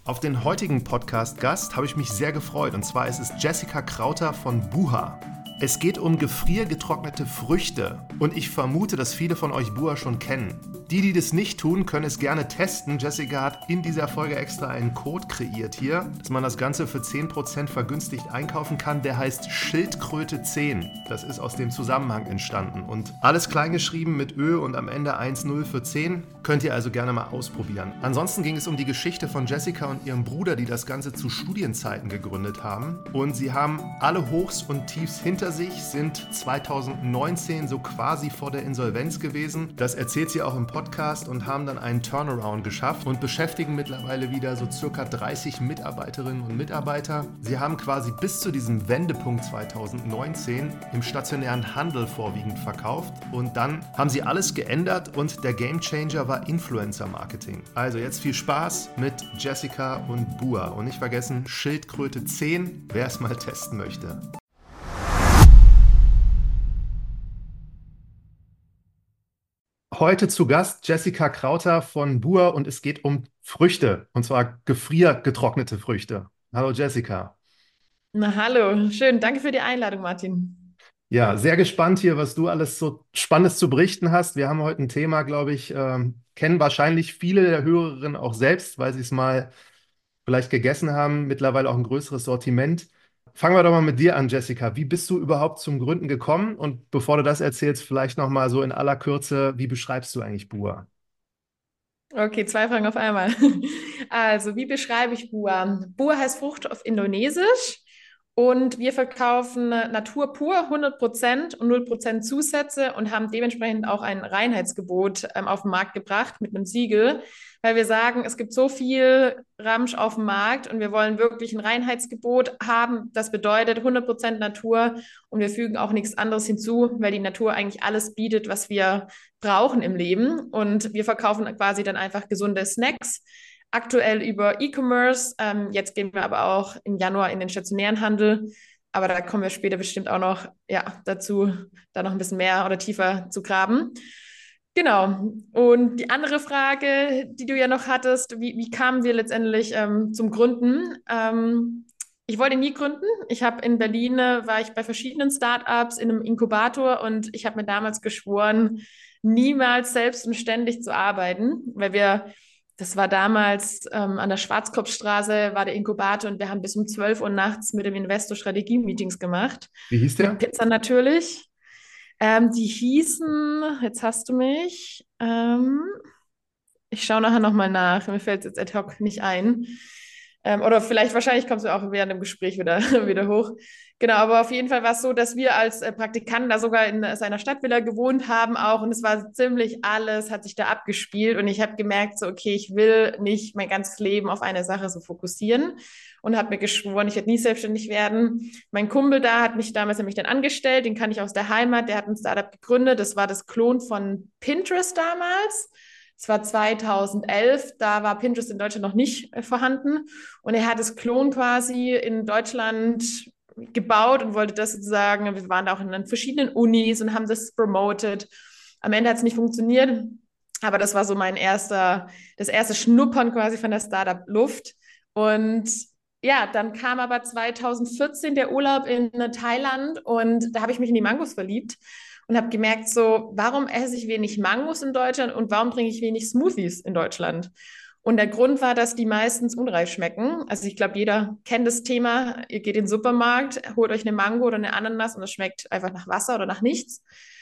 Auf den heutigen Podcast-Gast habe ich mich sehr gefreut, und zwar ist es Jessica Krauter von Buha. Es geht um gefriergetrocknete Früchte und ich vermute, dass viele von euch Buha schon kennen. Die das nicht tun, können es gerne testen. Jessica hat in dieser Folge extra einen Code kreiert hier, dass man das Ganze für 10% vergünstigt einkaufen kann. Der heißt Schildkröte 10. Das ist aus dem Zusammenhang entstanden und alles kleingeschrieben mit Ö und am Ende 1,0 für 10. Könnt ihr also gerne mal ausprobieren. Ansonsten ging es um die Geschichte von Jessica und ihrem Bruder, die das Ganze zu Studienzeiten gegründet haben. Und sie haben alle Hochs und Tiefs hinter sich, sind 2019 so quasi vor der Insolvenz gewesen. Das erzählt sie auch im Podcast und haben dann einen Turnaround geschafft und beschäftigen mittlerweile wieder so circa 30 Mitarbeiterinnen und Mitarbeiter. Sie haben quasi bis zu diesem Wendepunkt 2019 im stationären Handel vorwiegend verkauft und dann haben sie alles geändert und der Gamechanger war Influencer-Marketing. Also jetzt viel Spaß mit Jessica und Buha und nicht vergessen Schildkröte 10, wer es mal testen möchte. Heute zu Gast Jessica Krauter von Buha und es geht um Früchte, und zwar gefriergetrocknete Früchte. Hallo Jessica. Na hallo, schön, danke für die Einladung, Martin. Ja, sehr gespannt hier, was du alles so Spannendes zu berichten hast. Wir haben heute ein Thema, glaube ich, kennen wahrscheinlich viele der Hörerinnen auch selbst, weil sie es mal vielleicht gegessen haben, mittlerweile auch ein größeres Sortiment. Fangen wir doch mal mit dir an, Jessica. Wie bist du überhaupt zum Gründen gekommen? Und bevor du das erzählst, vielleicht noch mal so in aller Kürze, wie beschreibst du eigentlich Buha? Okay, zwei Fragen auf einmal. Also, wie beschreibe ich Buah? Buah heißt Frucht auf Indonesisch und wir verkaufen Natur pur, 100% und 0% Zusätze und haben dementsprechend auch ein Reinheitsgebot auf den Markt gebracht mit einem Siegel, weil wir sagen, es gibt so viel Ramsch auf dem Markt und wir wollen wirklich ein Reinheitsgebot haben. Das bedeutet 100% Natur und wir fügen auch nichts anderes hinzu, weil die Natur eigentlich alles bietet, was wir brauchen im Leben. Und wir verkaufen quasi dann einfach gesunde Snacks. Aktuell über E-Commerce. Jetzt gehen wir aber auch im Januar in den stationären Handel. Aber da kommen wir später bestimmt auch noch dazu, da noch ein bisschen mehr oder tiefer zu graben. Genau. Und die andere Frage, die du ja noch hattest, wie kamen wir letztendlich zum Gründen? Ich wollte nie gründen. Ich habe in Berlin, war ich bei verschiedenen Startups in einem Inkubator und ich habe mir damals geschworen, niemals selbst und ständig zu arbeiten, weil das war damals an der Schwarzkopfstraße, war der Inkubator und wir haben bis um 12 Uhr nachts mit dem Investor Strategie-Meetings gemacht. Wie hieß Mit der? Pizza natürlich. Die hießen, jetzt hast du mich, ich schaue nachher nochmal nach, mir fällt es jetzt ad hoc nicht ein. Oder vielleicht, wahrscheinlich kommst du auch während dem Gespräch wieder, wieder hoch. Genau, aber auf jeden Fall war es so, dass wir als Praktikanten da sogar in seiner Stadtvilla gewohnt haben auch und es war ziemlich alles, hat sich da abgespielt und ich habe gemerkt, so okay, ich will nicht mein ganzes Leben auf eine Sache so fokussieren und habe mir geschworen, ich werde nie selbstständig werden. Mein Kumpel da hat mich damals nämlich dann angestellt, den kann ich aus der Heimat, der hat ein Startup gegründet, das war das Klon von Pinterest damals. Es war 2011, da war Pinterest in Deutschland noch nicht vorhanden. Und er hat das Klon quasi in Deutschland gebaut und wollte das sozusagen, wir waren da auch in verschiedenen Unis und haben das promoted. Am Ende hat es nicht funktioniert, aber das war so das erste Schnuppern quasi von der Startup-Luft. Und ja, dann kam aber 2014 der Urlaub in Thailand und da habe ich mich in die Mangos verliebt und habe gemerkt, so, warum esse ich wenig Mangos in Deutschland und warum trinke ich wenig Smoothies in Deutschland? Und der Grund war, dass die meistens unreif schmecken. Also ich glaube, jeder kennt das Thema. Ihr geht in den Supermarkt, holt euch eine Mango oder eine Ananas und es schmeckt einfach nach Wasser oder nach nichts.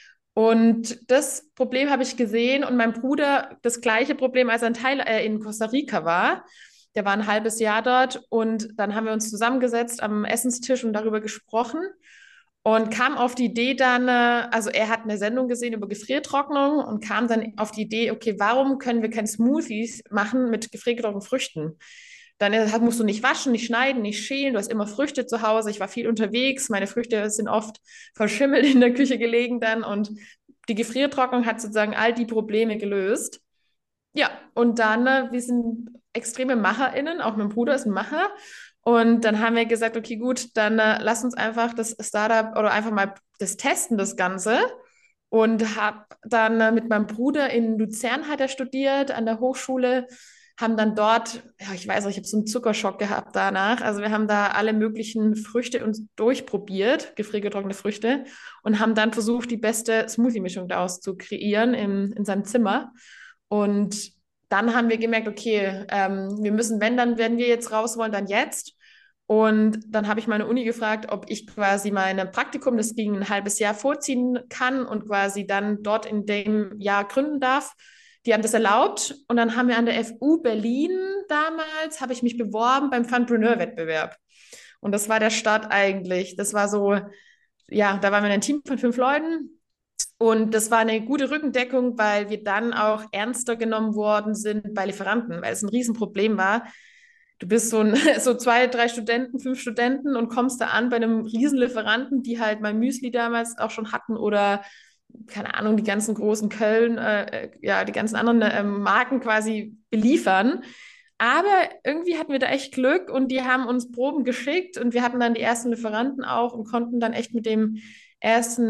Und das Problem habe ich gesehen und mein Bruder das gleiche Problem, als er in Costa Rica war. Der war ein halbes Jahr dort und dann haben wir uns zusammengesetzt am Essenstisch und darüber gesprochen und kam auf die Idee dann, also er hat eine Sendung gesehen über Gefriertrocknung und kam dann auf die Idee, okay, warum können wir keine Smoothies machen mit gefriergetrockneten Früchten? Dann musst du nicht waschen, nicht schneiden, nicht schälen. Du hast immer Früchte zu Hause. Ich war viel unterwegs. Meine Früchte sind oft verschimmelt in der Küche gelegen dann. Und die Gefriertrocknung hat sozusagen all die Probleme gelöst. Ja, und dann, wir sind extreme MacherInnen, auch mein Bruder ist ein Macher. Und dann haben wir gesagt, okay, gut, dann lass uns einfach das Startup oder einfach mal das testen, das Ganze. Und habe dann mit meinem Bruder in Luzern hat er studiert, an der Hochschule. haben dann dort, ja, ich weiß auch, ich habe so einen Zuckerschock gehabt danach. Also wir haben da alle möglichen Früchte uns durchprobiert, gefriergetrocknete Früchte, und haben dann versucht, die beste Smoothie-Mischung daraus zu kreieren in seinem Zimmer. Und dann haben wir gemerkt, okay, wir müssen, wenn, dann werden wir jetzt raus wollen, dann jetzt. Und dann habe ich meine Uni gefragt, ob ich quasi mein Praktikum, das ging ein halbes Jahr, vorziehen kann und quasi dann dort in dem Jahr gründen darf. Die haben das erlaubt. Und dann haben wir an der FU Berlin damals, habe ich mich beworben beim Funpreneur-Wettbewerb. Und das war der Start eigentlich. Das war so, ja, da waren wir ein Team von 5 Leuten. Und das war eine gute Rückendeckung, weil wir dann auch ernster genommen worden sind bei Lieferanten, weil es ein Riesenproblem war. Du bist so 2, 3 Studenten, 5 Studenten und kommst da an bei einem Riesenlieferanten, die halt mein Müsli damals auch schon hatten oder keine Ahnung, die ganzen großen Köln, ja, die ganzen anderen Marken quasi beliefern. Aber irgendwie hatten wir da echt Glück und die haben uns Proben geschickt und wir hatten dann die ersten Lieferanten auch und konnten dann echt mit dem ersten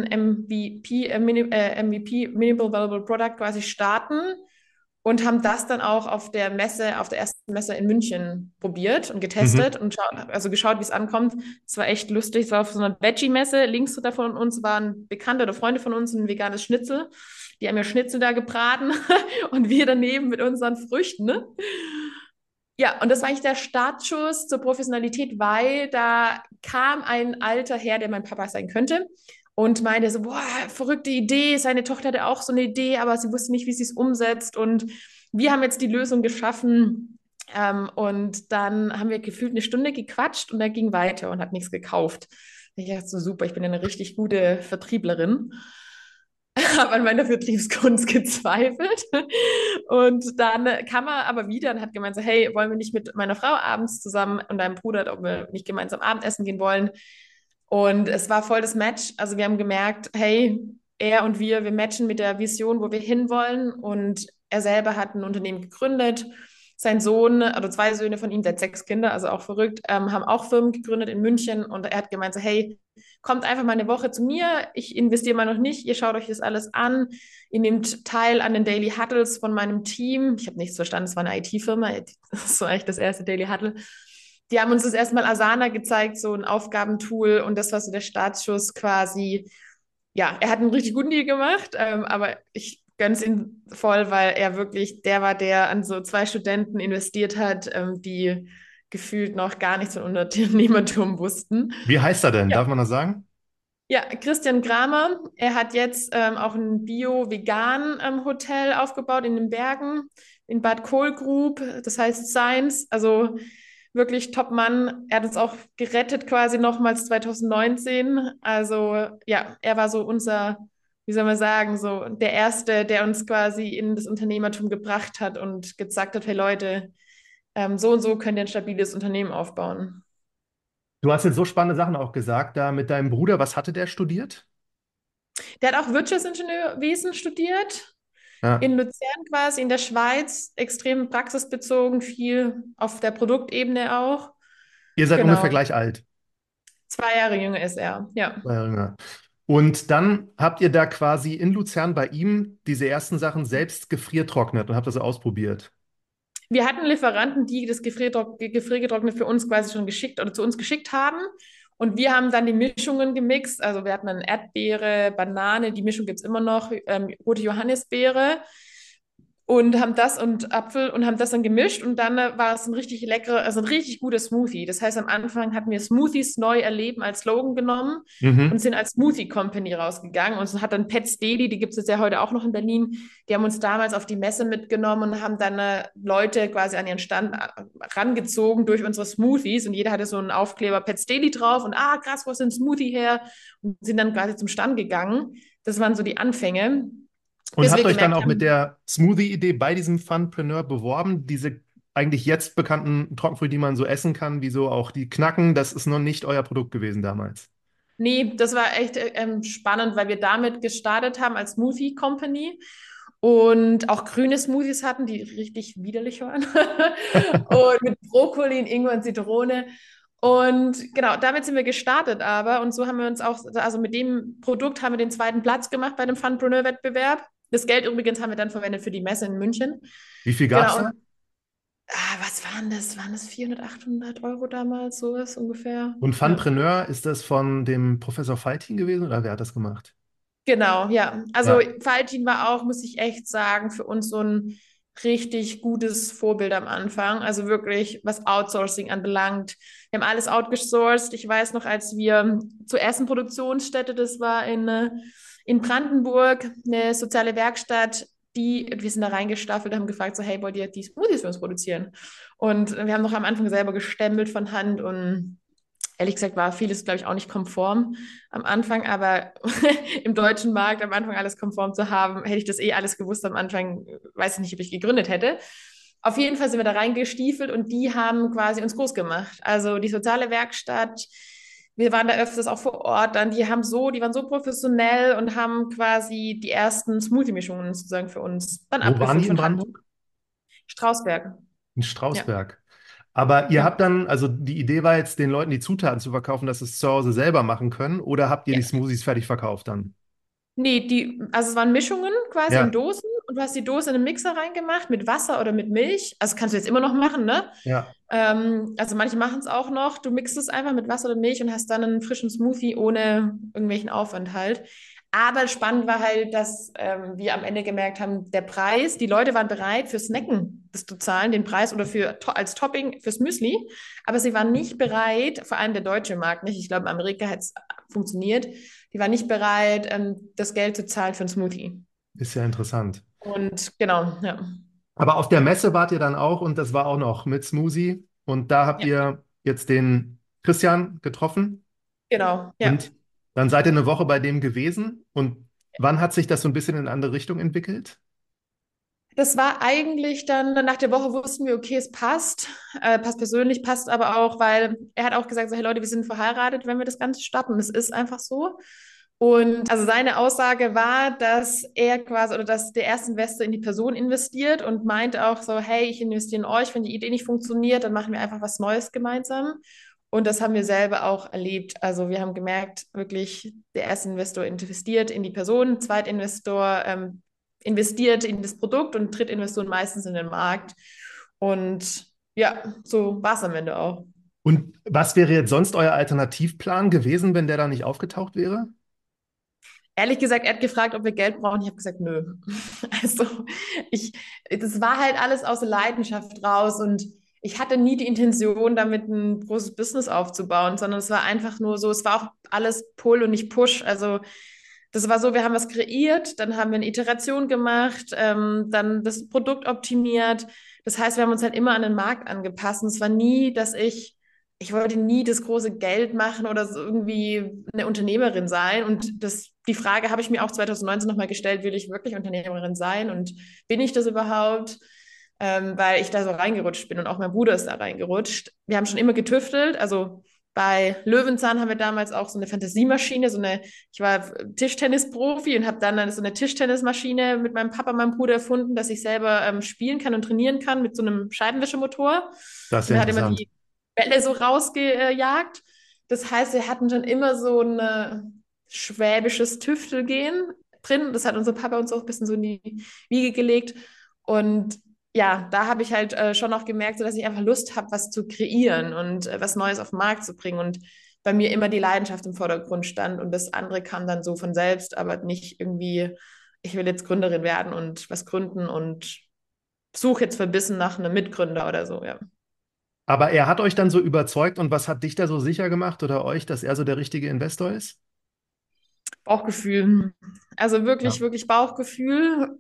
MVP, Minimal Valuable Product quasi starten und haben das dann auch auf der Messe, auf der ersten Messe in München probiert und Mhm. getestet und also geschaut, wie es ankommt. Es war echt lustig. Es war auf so einer Veggie-Messe. Links davon von uns waren Bekannte oder Freunde von uns, ein veganes Schnitzel. Die haben ja Schnitzel da gebraten und wir daneben mit unseren Früchten. Ne? Ja, und das war eigentlich der Startschuss zur Professionalität, weil da kam ein alter Herr, der mein Papa sein könnte, und meinte so, boah, verrückte Idee, seine Tochter hatte auch so eine Idee, aber sie wusste nicht, wie sie es umsetzt. Und wir haben jetzt die Lösung geschaffen. Und dann haben wir gefühlt eine Stunde gequatscht und er ging weiter und hat nichts gekauft. Ich dachte so, super, ich bin eine richtig gute Vertrieblerin. Habe an meiner Vertriebskunst gezweifelt. Und dann kam er aber wieder und hat gemeint, so, hey, wollen wir nicht mit meiner Frau abends zusammen und deinem Bruder, ob wir nicht gemeinsam Abendessen gehen wollen? Und es war voll das Match. Also wir haben gemerkt, hey, er und wir matchen mit der Vision, wo wir hinwollen. Und er selber hat ein Unternehmen gegründet. Sein Sohn, also 2 Söhne von ihm, der hat 6 Kinder, also auch verrückt, haben auch Firmen gegründet in München. Und er hat gemeint, so, hey, kommt einfach mal eine Woche zu mir. Ich investiere mal noch nicht. Ihr schaut euch das alles an. Ihr nehmt teil an den Daily Huddles von meinem Team. Ich habe nichts verstanden, es war eine IT-Firma. Das war echt das erste Daily Huddle. Die haben uns das erstmal Asana gezeigt, so ein Aufgabentool. Und das war so der Startschuss quasi. Ja, er hat einen richtig guten Deal gemacht, aber ich gönne es ihm voll, weil er wirklich der war, der an so 2 Studenten investiert hat, die gefühlt noch gar nichts von Unternehmertum wussten. Wie heißt er denn? Ja, Darf man das sagen? ja, Christian Kramer, er hat jetzt auch ein Bio-Vegan-Hotel aufgebaut in den Bergen, in Bad Kohlgrub, das heißt Science, also wirklich Top-Mann. Er hat uns auch gerettet quasi nochmals 2019. Also ja, er war so unser, wie soll man sagen, so der Erste, der uns quasi in das Unternehmertum gebracht hat und gesagt hat, hey Leute, so und so könnt ihr ein stabiles Unternehmen aufbauen. Du hast jetzt so spannende Sachen auch gesagt, da mit deinem Bruder. Was hatte der studiert? Der hat auch Wirtschaftsingenieurwesen studiert, Ja. in Luzern quasi, in der Schweiz, extrem praxisbezogen, viel auf der Produktebene auch. Ihr seid ungefähr Genau, gleich alt. 2 Jahre jünger ist er, ja. 2 Jahre jünger. Und dann habt ihr da quasi in Luzern bei ihm diese ersten Sachen selbst gefriertrocknet und habt das ausprobiert. Wir hatten Lieferanten, die das Gefriergetrocknet für uns quasi schon geschickt oder zu uns geschickt haben. Und wir haben dann die Mischungen gemixt. Also wir hatten dann Erdbeere, Banane, die Mischung gibt es immer noch, rote Johannisbeere und haben das und Apfel und haben das dann gemischt und dann war es ein richtig leckerer, also ein richtig guter Smoothie. Das heißt, am Anfang hatten wir Smoothies neu erleben als Slogan genommen und Mhm. sind als Smoothie Company rausgegangen und so hat dann Pet's Deli, die gibt es jetzt ja heute auch noch in Berlin, die haben uns damals auf die Messe mitgenommen und haben dann Leute quasi an ihren Stand rangezogen durch unsere Smoothies und jeder hatte so einen Aufkleber Pet's Deli drauf und krass, wo ist denn Smoothie her? Und sind dann quasi zum Stand gegangen. Das waren so die Anfänge, Und bis habt wir euch dann gemerkt auch mit haben, der Smoothie-Idee bei diesem Funpreneur beworben? Diese eigentlich jetzt bekannten Trockenfrüchte, die man so essen kann, wie so auch die Knacken, das ist noch nicht euer Produkt gewesen damals. nee, das war echt spannend, weil wir damit gestartet haben als Smoothie Company und auch grüne Smoothies hatten, die richtig widerlich waren. Und mit Brokkoli, Ingwer und Zitrone. Und genau, damit sind wir gestartet aber. Und so haben wir uns auch, also mit dem Produkt haben wir den 2. Platz gemacht bei dem Funpreneur-Wettbewerb. Das Geld übrigens haben wir dann verwendet für die Messe in München. Wie viel gab es Genau, und da? Was waren das? Waren das 400, 800 € damals, sowas ungefähr? Und Ja. Funpreneur, ist das von dem Professor Faltin gewesen oder wer hat das gemacht? Genau, ja. Also Ja. Valentin war auch, muss ich echt sagen, für uns so ein richtig gutes Vorbild am Anfang. Also wirklich, was Outsourcing anbelangt. Wir haben alles outgesourced. Ich weiß noch, als wir zur ersten Produktionsstätte, das war in Brandenburg, eine soziale Werkstatt, wir sind da reingestaffelt, haben gefragt, so, hey, wollt ihr die Smoothies für uns produzieren? Und wir haben noch am Anfang selber gestempelt von Hand und ehrlich gesagt war vieles, glaube ich, auch nicht konform am Anfang, aber im deutschen Markt am Anfang alles konform zu haben, hätte ich das eh alles gewusst am Anfang, weiß ich nicht, ob ich gegründet hätte. Auf jeden Fall sind wir da reingestiefelt und die haben quasi uns groß gemacht. Also die soziale Werkstatt, wir waren da öfters auch vor Ort, dann die waren so professionell und haben quasi die ersten Smoothie-Mischungen sozusagen für uns dann Wo waren abgefüllt die in von Hand. Brandenburg? Strausberg, In ja. Strausberg. Aber ihr Ja. habt dann, also die Idee war jetzt, den Leuten die Zutaten zu verkaufen, dass sie es zu Hause selber machen können, oder habt ihr die Ja. Smoothies fertig verkauft dann? Nee, also es waren Mischungen quasi in Ja, Dosen und du hast die Dose in den Mixer reingemacht mit Wasser oder mit Milch. Also kannst du jetzt immer noch machen, ne? ja. Also manche machen es auch noch. Du mixst es einfach mit Wasser oder Milch und hast dann einen frischen Smoothie ohne irgendwelchen Aufwand halt. Aber spannend war halt, dass wir am Ende gemerkt haben, der Preis, die Leute waren bereit für Snacken das zu zahlen, den Preis oder als Topping fürs Müsli, aber sie waren nicht bereit, vor allem der deutsche Markt nicht, ich glaube, in Amerika hat es funktioniert, die waren nicht bereit, das Geld zu zahlen für einen Smoothie. Ist ja interessant. Und genau, ja. Aber auf der Messe wart ihr dann auch und das war auch noch mit Smoothie. Und da habt Ja, ihr jetzt den Christian getroffen genau, ja. und dann seid ihr eine Woche bei dem gewesen. Und wann hat sich das so ein bisschen in eine andere Richtung entwickelt? Das war eigentlich dann, nach der Woche wussten wir, okay, es passt. Passt persönlich, passt aber auch, weil er hat auch gesagt, so, hey Leute, wir sind verheiratet, wenn wir das Ganze starten. Es ist einfach so. Und also seine Aussage war, dass er quasi oder dass der erste Investor in die Person investiert und meinte auch so, hey, ich investiere in euch, wenn die Idee nicht funktioniert, dann machen wir einfach was Neues gemeinsam. Und das haben wir selber auch erlebt. Also wir haben gemerkt, wirklich, der erste Investor investiert in die Person, Zweitinvestor investiert in das Produkt und Drittinvestoren meistens in den Markt. Und ja, so war es am Ende auch. Und was wäre jetzt sonst euer Alternativplan gewesen, wenn der da nicht aufgetaucht wäre? Ehrlich gesagt, er hat gefragt, ob wir Geld brauchen. Ich habe gesagt, nö. Also, ich, das war halt alles aus der Leidenschaft raus und ich hatte nie die Intention, damit ein großes Business aufzubauen, sondern es war einfach nur so, es war auch alles Pull und nicht Push. Also, das war so, wir haben was kreiert, dann haben wir eine Iteration gemacht, dann das Produkt optimiert. Das heißt, wir haben uns halt immer an den Markt angepasst. Und es war nie, ich wollte nie das große Geld machen oder so irgendwie eine Unternehmerin sein. Und die Frage habe ich mir auch 2019 nochmal gestellt, will ich wirklich Unternehmerin sein und bin ich das überhaupt? Weil ich da so reingerutscht bin und auch mein Bruder ist da reingerutscht. Wir haben schon immer getüftelt, also bei Löwenzahn haben wir damals auch so eine Fantasiemaschine, ich war Tischtennisprofi und habe dann so eine Tischtennismaschine mit meinem Papa, meinem Bruder erfunden, dass ich selber spielen kann und trainieren kann mit so einem Scheibenwischermotor. Das ist Und ja mir hat immer interessant. die Bälle so rausgejagt. Das heißt, wir hatten schon immer so ein schwäbisches Tüftelgehen drin. Das hat unser Papa uns auch ein bisschen so in die Wiege gelegt. Und ja, da habe ich halt schon noch gemerkt, so dass ich einfach Lust habe, was zu kreieren und was Neues auf den Markt zu bringen. Und bei mir immer die Leidenschaft im Vordergrund stand und das andere kam dann so von selbst, aber nicht irgendwie, ich will jetzt Gründerin werden und was gründen und suche jetzt verbissen nach einem Mitgründer oder so, ja. Aber er hat euch dann so überzeugt und was hat dich da so sicher gemacht oder euch, dass er so der richtige Investor ist? Bauchgefühl. Also wirklich, Ja. wirklich Bauchgefühl.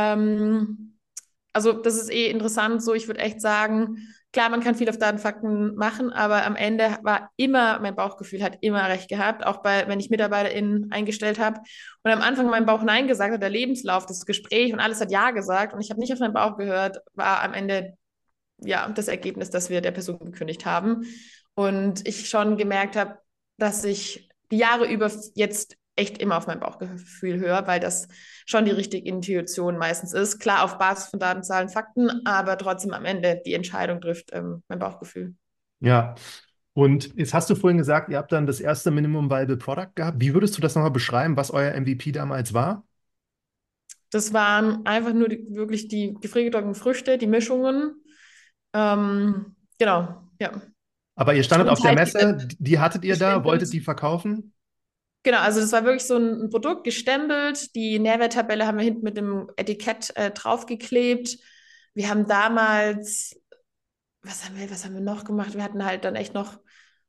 Also das ist eh interessant so. Ich würde echt sagen, klar, man kann viel auf Daten, Fakten machen, aber am Ende war immer, mein Bauchgefühl hat immer recht gehabt, auch wenn ich MitarbeiterInnen eingestellt habe. Und am Anfang mein Bauch Nein gesagt hat, der Lebenslauf, das Gespräch und alles hat Ja gesagt und ich habe nicht auf meinen Bauch gehört, war am Ende ja das Ergebnis, dass wir der Person gekündigt haben. Und ich schon gemerkt habe, dass ich die Jahre über jetzt echt immer auf mein Bauchgefühl höre, weil das schon die richtige Intuition meistens ist. Klar, auf Basis von Daten, Zahlen, Fakten, aber trotzdem am Ende die Entscheidung trifft mein Bauchgefühl. Ja. Und jetzt hast du vorhin gesagt, ihr habt dann das erste Minimum Viable Product gehabt. Wie würdest du das nochmal beschreiben, was euer MVP damals war? Das waren einfach nur wirklich die gefriergetrockneten Früchte, die Mischungen. Genau, ja. Aber ihr standet Und auf der halt Messe, die hattet ihr da, wolltet gestempelt. die verkaufen? Genau, also das war wirklich so ein Produkt gestempelt. Die Nährwerttabelle haben wir hinten mit dem Etikett draufgeklebt. Wir haben damals, was haben wir noch gemacht? Wir hatten halt dann echt noch,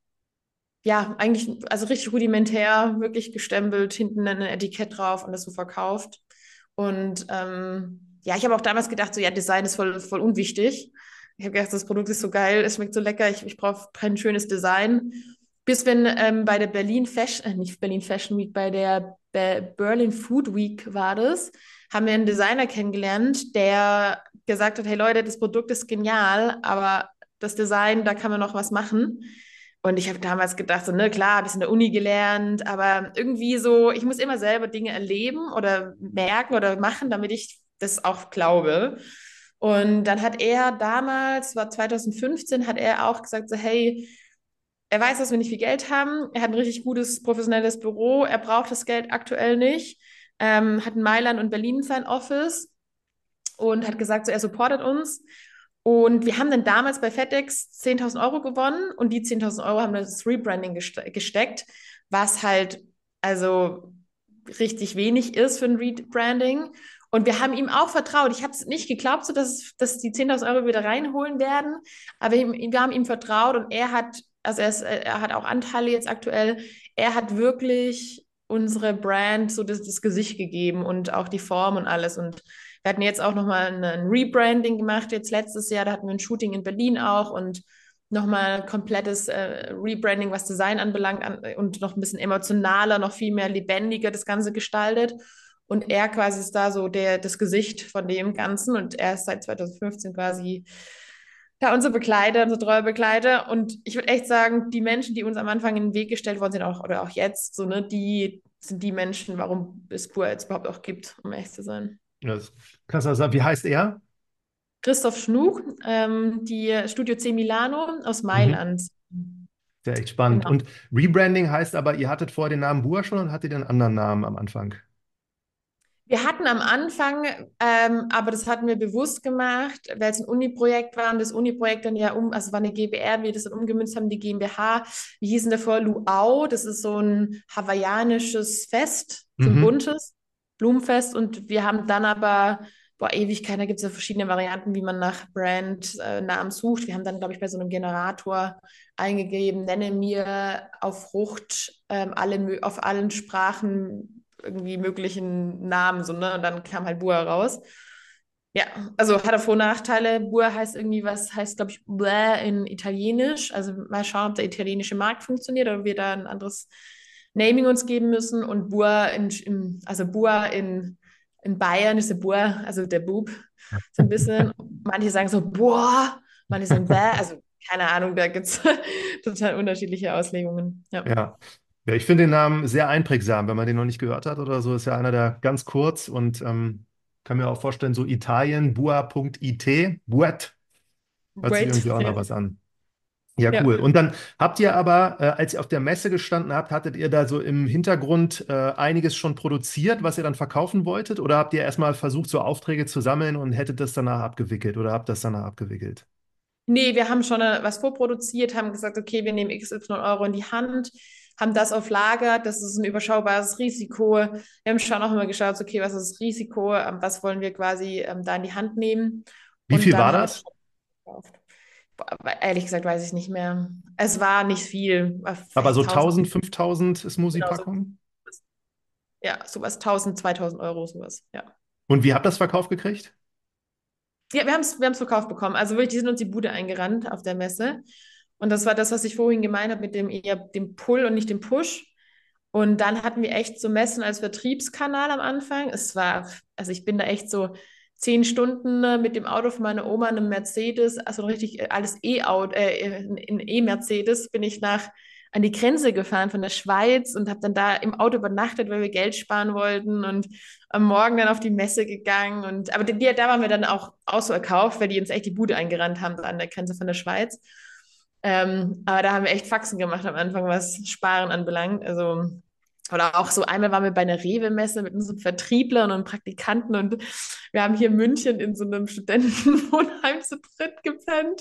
ja, eigentlich, also richtig rudimentär, wirklich gestempelt, hinten ein Etikett drauf und das so verkauft. Und ja, ich habe auch damals gedacht, so ja, Design ist voll, voll unwichtig. Ich habe gedacht, das Produkt ist so geil, es schmeckt so lecker, ich brauche kein schönes Design. Bis wenn bei der Berlin Fashion, nicht Berlin Fashion Week, bei der Berlin Food Week war das, haben wir einen Designer kennengelernt, der gesagt hat, hey Leute, das Produkt ist genial, aber das Design, da kann man noch was machen. Und ich habe damals gedacht, so, ne, klar, habe ich in der Uni gelernt, aber irgendwie so, ich muss immer selber Dinge erleben oder merken oder machen, damit ich das auch glaube. Und dann hat er damals, war 2015, hat er auch gesagt, so, hey, er weiß, dass wir nicht viel Geld haben, er hat ein richtig gutes professionelles Büro, er braucht das Geld aktuell nicht, hat in Mailand und Berlin sein Office und hat gesagt, so, er supportet uns. Und wir haben dann damals bei FedEx 10.000 Euro gewonnen und die 10.000 Euro haben das Rebranding gesteckt, was halt also richtig wenig ist für ein Rebranding. Und wir haben ihm auch vertraut. Ich habe es nicht geglaubt, so dass die 10.000 Euro wieder reinholen werden, aber wir haben ihm vertraut und er hat, also er hat auch Anteile jetzt aktuell, er hat wirklich unsere Brand so das Gesicht gegeben und auch die Form und alles. Und wir hatten jetzt auch nochmal ein Rebranding gemacht, jetzt letztes Jahr, da hatten wir ein Shooting in Berlin auch und nochmal komplettes Rebranding, was Design anbelangt und noch ein bisschen emotionaler, noch viel mehr lebendiger das Ganze gestaltet. Und er quasi ist da so das Gesicht von dem Ganzen und er ist seit 2015 quasi da unser Begleiter, unser treuer Begleiter. Und ich würde echt sagen, die Menschen, die uns am Anfang in den Weg gestellt worden sind, auch, oder auch jetzt, so, ne, die sind die Menschen, warum es Pur jetzt überhaupt auch gibt, um echt zu sein. Das kannst du sagen, wie heißt er? Christoph Schnuch, die Studio C Milano aus Mhm. Mailand. Sehr echt spannend. Genau. Und Rebranding heißt aber, ihr hattet vorher den Namen Bua schon und hattet ihr einen anderen Namen am Anfang? Wir hatten am Anfang, aber das hatten wir bewusst gemacht, weil es ein Uni-Projekt war und das Uni-Projekt dann ja also war eine GbR, wir das dann umgemünzt haben, die GmbH. Wir hießen davor Luau, das ist so ein hawaiianisches Fest, so ein Mhm. buntes Blumenfest und wir haben dann aber, boah, Ewigkeit, da gibt es ja verschiedene Varianten, wie man nach Brandnamen sucht. Wir haben dann, glaube ich, bei so einem Generator eingegeben, nenne mir auf Frucht auf allen Sprachen irgendwie möglichen Namen, so, ne? Und dann kam halt Bua raus. Ja, also hat er Vor- und Nachteile. Bua heißt irgendwie was, heißt, glaube ich, Bläh in Italienisch. Also mal schauen, ob der italienische Markt funktioniert oder wir da ein anderes Naming uns geben müssen. Und also Bua in Bayern ist der Bua, also der Bub, so ein bisschen. Manche sagen so, boah, manche sagen bäh, also keine Ahnung, da gibt es total unterschiedliche Auslegungen. Ja. Ja. Ja, ich finde den Namen sehr einprägsam, wenn man den noch nicht gehört hat oder so. Ist ja einer der ganz kurz und kann mir auch vorstellen, so Italien, bua.it, Buat, hört sich Great. irgendwie auch noch Ja. was an. Ja, Ja. cool. Und dann habt ihr aber, als ihr auf der Messe gestanden habt, hattet ihr da so im Hintergrund einiges schon produziert, was ihr dann verkaufen wolltet? Oder habt ihr erstmal versucht, so Aufträge zu sammeln und hättet das danach abgewickelt oder habt das danach abgewickelt? Nee, wir haben schon was vorproduziert, haben gesagt, okay, wir nehmen XY Euro in die Hand, haben das auf Lager, das ist ein überschaubares Risiko. Wir haben schon auch immer geschaut, okay, was ist das Risiko, was wollen wir quasi da in die Hand nehmen Wie und viel dann war haben wir das? gekauft. Boah, aber ehrlich gesagt weiß ich nicht mehr. Es war nicht viel, war Aber so vielleicht 1000, 1000, 5000 genau so. Smoothie-Packung? Ja, sowas, 1000, 2000 Euro, sowas, ja. Und wie habt ihr das verkauft gekriegt? Ja, wir haben's verkauft bekommen. Also wirklich, die sind uns die Bude eingerannt auf der Messe. Und das war das, was ich vorhin gemeint habe mit dem eher dem Pull und nicht dem Push. Und dann hatten wir echt so Messen als Vertriebskanal am Anfang. Also ich bin da echt so 10 Stunden mit dem Auto von meiner Oma, einem Mercedes, also richtig alles E-Auto, in E-Mercedes, bin ich an die Grenze gefahren von der Schweiz und habe dann da im Auto übernachtet, weil wir Geld sparen wollten und am Morgen dann auf die Messe gegangen. Aber da waren wir dann auch ausverkauft, weil die uns echt die Bude eingerannt haben an der Grenze von der Schweiz. Aber da haben wir echt Faxen gemacht am Anfang, was Sparen anbelangt. Also Oder auch so einmal waren wir bei einer Rewe-Messe mit unseren Vertrieblern und Praktikanten und wir haben hier in München in so einem Studentenwohnheim zu dritt gepennt.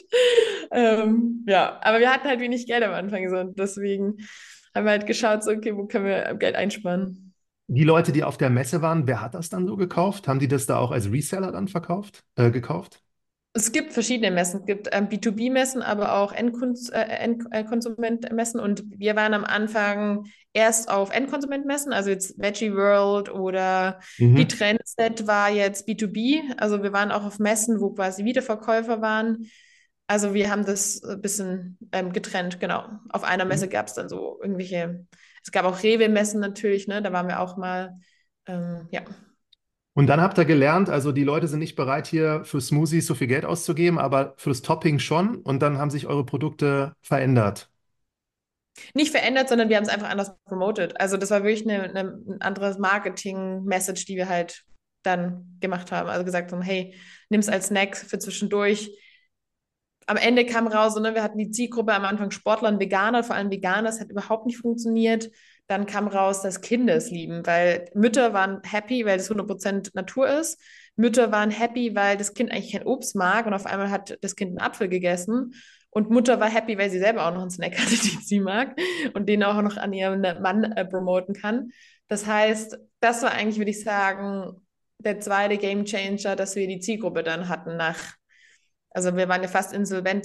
Ja, aber wir hatten halt wenig Geld am Anfang so und deswegen haben wir halt geschaut, so, okay, wo können wir Geld einsparen? Die Leute, die auf der Messe waren, wer hat das dann so gekauft? Haben die das da auch als Reseller dann gekauft? Es gibt verschiedene Messen. Es gibt B2B-Messen, aber auch Endkonsument-Messen. Und wir waren am Anfang erst auf Endkonsument-Messen, also jetzt Veggie World oder die Mhm. Trendset war jetzt B2B. Also wir waren auch auf Messen, wo quasi Wiederverkäufer waren. Also wir haben das ein bisschen getrennt, genau. Auf einer Messe gab es dann so irgendwelche, es gab auch Rewe-Messen natürlich, ne? Da waren wir auch mal, ja. Und dann habt ihr gelernt, also die Leute sind nicht bereit, hier für Smoothies so viel Geld auszugeben, aber fürs Topping schon. Und dann haben sich eure Produkte verändert. Nicht verändert, sondern wir haben es einfach anders promoted. Also das war wirklich ein anderes Marketing-Message, die wir halt dann gemacht haben. Also gesagt haben, hey, nimm es als Snack für zwischendurch. Am Ende kam raus, so, ne, wir hatten die Zielgruppe am Anfang Sportler und Veganer, vor allem Veganer, das hat überhaupt nicht funktioniert. Dann kam raus, dass Kinder es lieben, weil Mütter waren happy, weil es 100% Natur ist. Mütter waren happy, weil das Kind eigentlich kein Obst mag und auf einmal hat das Kind einen Apfel gegessen. Und Mutter war happy, weil sie selber auch noch einen Snack hatte, den sie mag und den auch noch an ihren Mann promoten kann. Das heißt, das war eigentlich, würde ich sagen, der zweite Game Changer, dass wir die Zielgruppe dann hatten also wir waren ja fast insolvent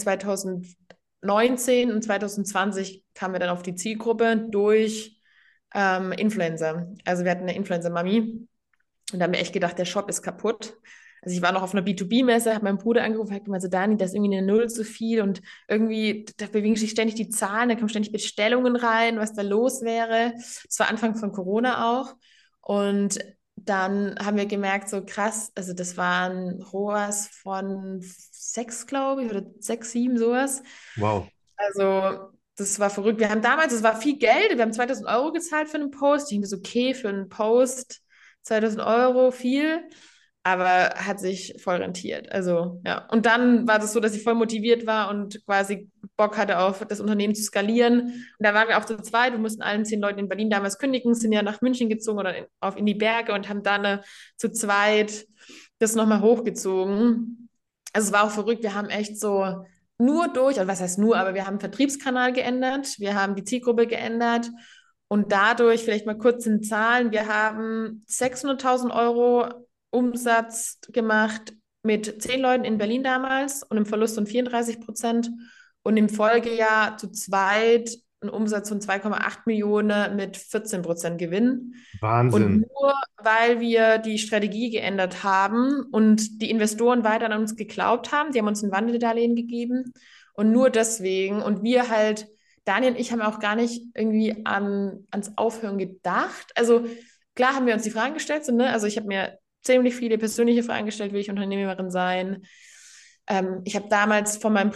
2019 und 2020 kamen wir dann auf die Zielgruppe durch Influencer. Also wir hatten eine Influencer-Mami und da haben wir echt gedacht, der Shop ist kaputt. Also ich war noch auf einer B2B-Messe, habe meinen Bruder angerufen, hat gemeint, so Dani, da ist irgendwie eine Null zu viel und irgendwie, da bewegen sich ständig die Zahlen, da kommen ständig Bestellungen rein, was da los wäre. Das war Anfang von Corona auch. Und dann haben wir gemerkt, so krass, also das waren ROAS von 6, glaube ich, oder 6, 7, sowas. Wow. Also, das war verrückt. Wir haben damals, es war viel Geld, wir haben 2000 € gezahlt für einen Post. Ich denke, das ist okay für einen Post, 2000 € viel, aber hat sich voll rentiert. Also, ja. Und dann war das so, dass ich voll motiviert war und quasi Bock hatte, auf das Unternehmen zu skalieren. Und da waren wir auch zu zweit. Wir mussten allen 10 Leuten in Berlin damals kündigen, sind ja nach München gezogen oder in die Berge und haben dann zu zweit das nochmal hochgezogen. Also, es war auch verrückt. Wir haben echt so nur durch, also was heißt nur, aber wir haben den Vertriebskanal geändert, wir haben die Zielgruppe geändert und dadurch, vielleicht mal kurz in Zahlen, wir haben 600.000 € Umsatz gemacht mit 10 Leuten in Berlin damals und einem Verlust von 34% und im Folgejahr zu zweit einen Umsatz von 2,8 Millionen mit 14% Gewinn. Und Wahnsinn. nur weil wir die Strategie geändert haben und die Investoren weiter an uns geglaubt haben, die haben uns ein Wandeldarlehen gegeben und nur deswegen und wir halt, Daniel und ich haben auch gar nicht irgendwie ans Aufhören gedacht. Also klar haben wir uns die Fragen gestellt, so, ne? Also ich habe mir ziemlich viele persönliche Fragen gestellt, will ich Unternehmerin sein? Ich habe damals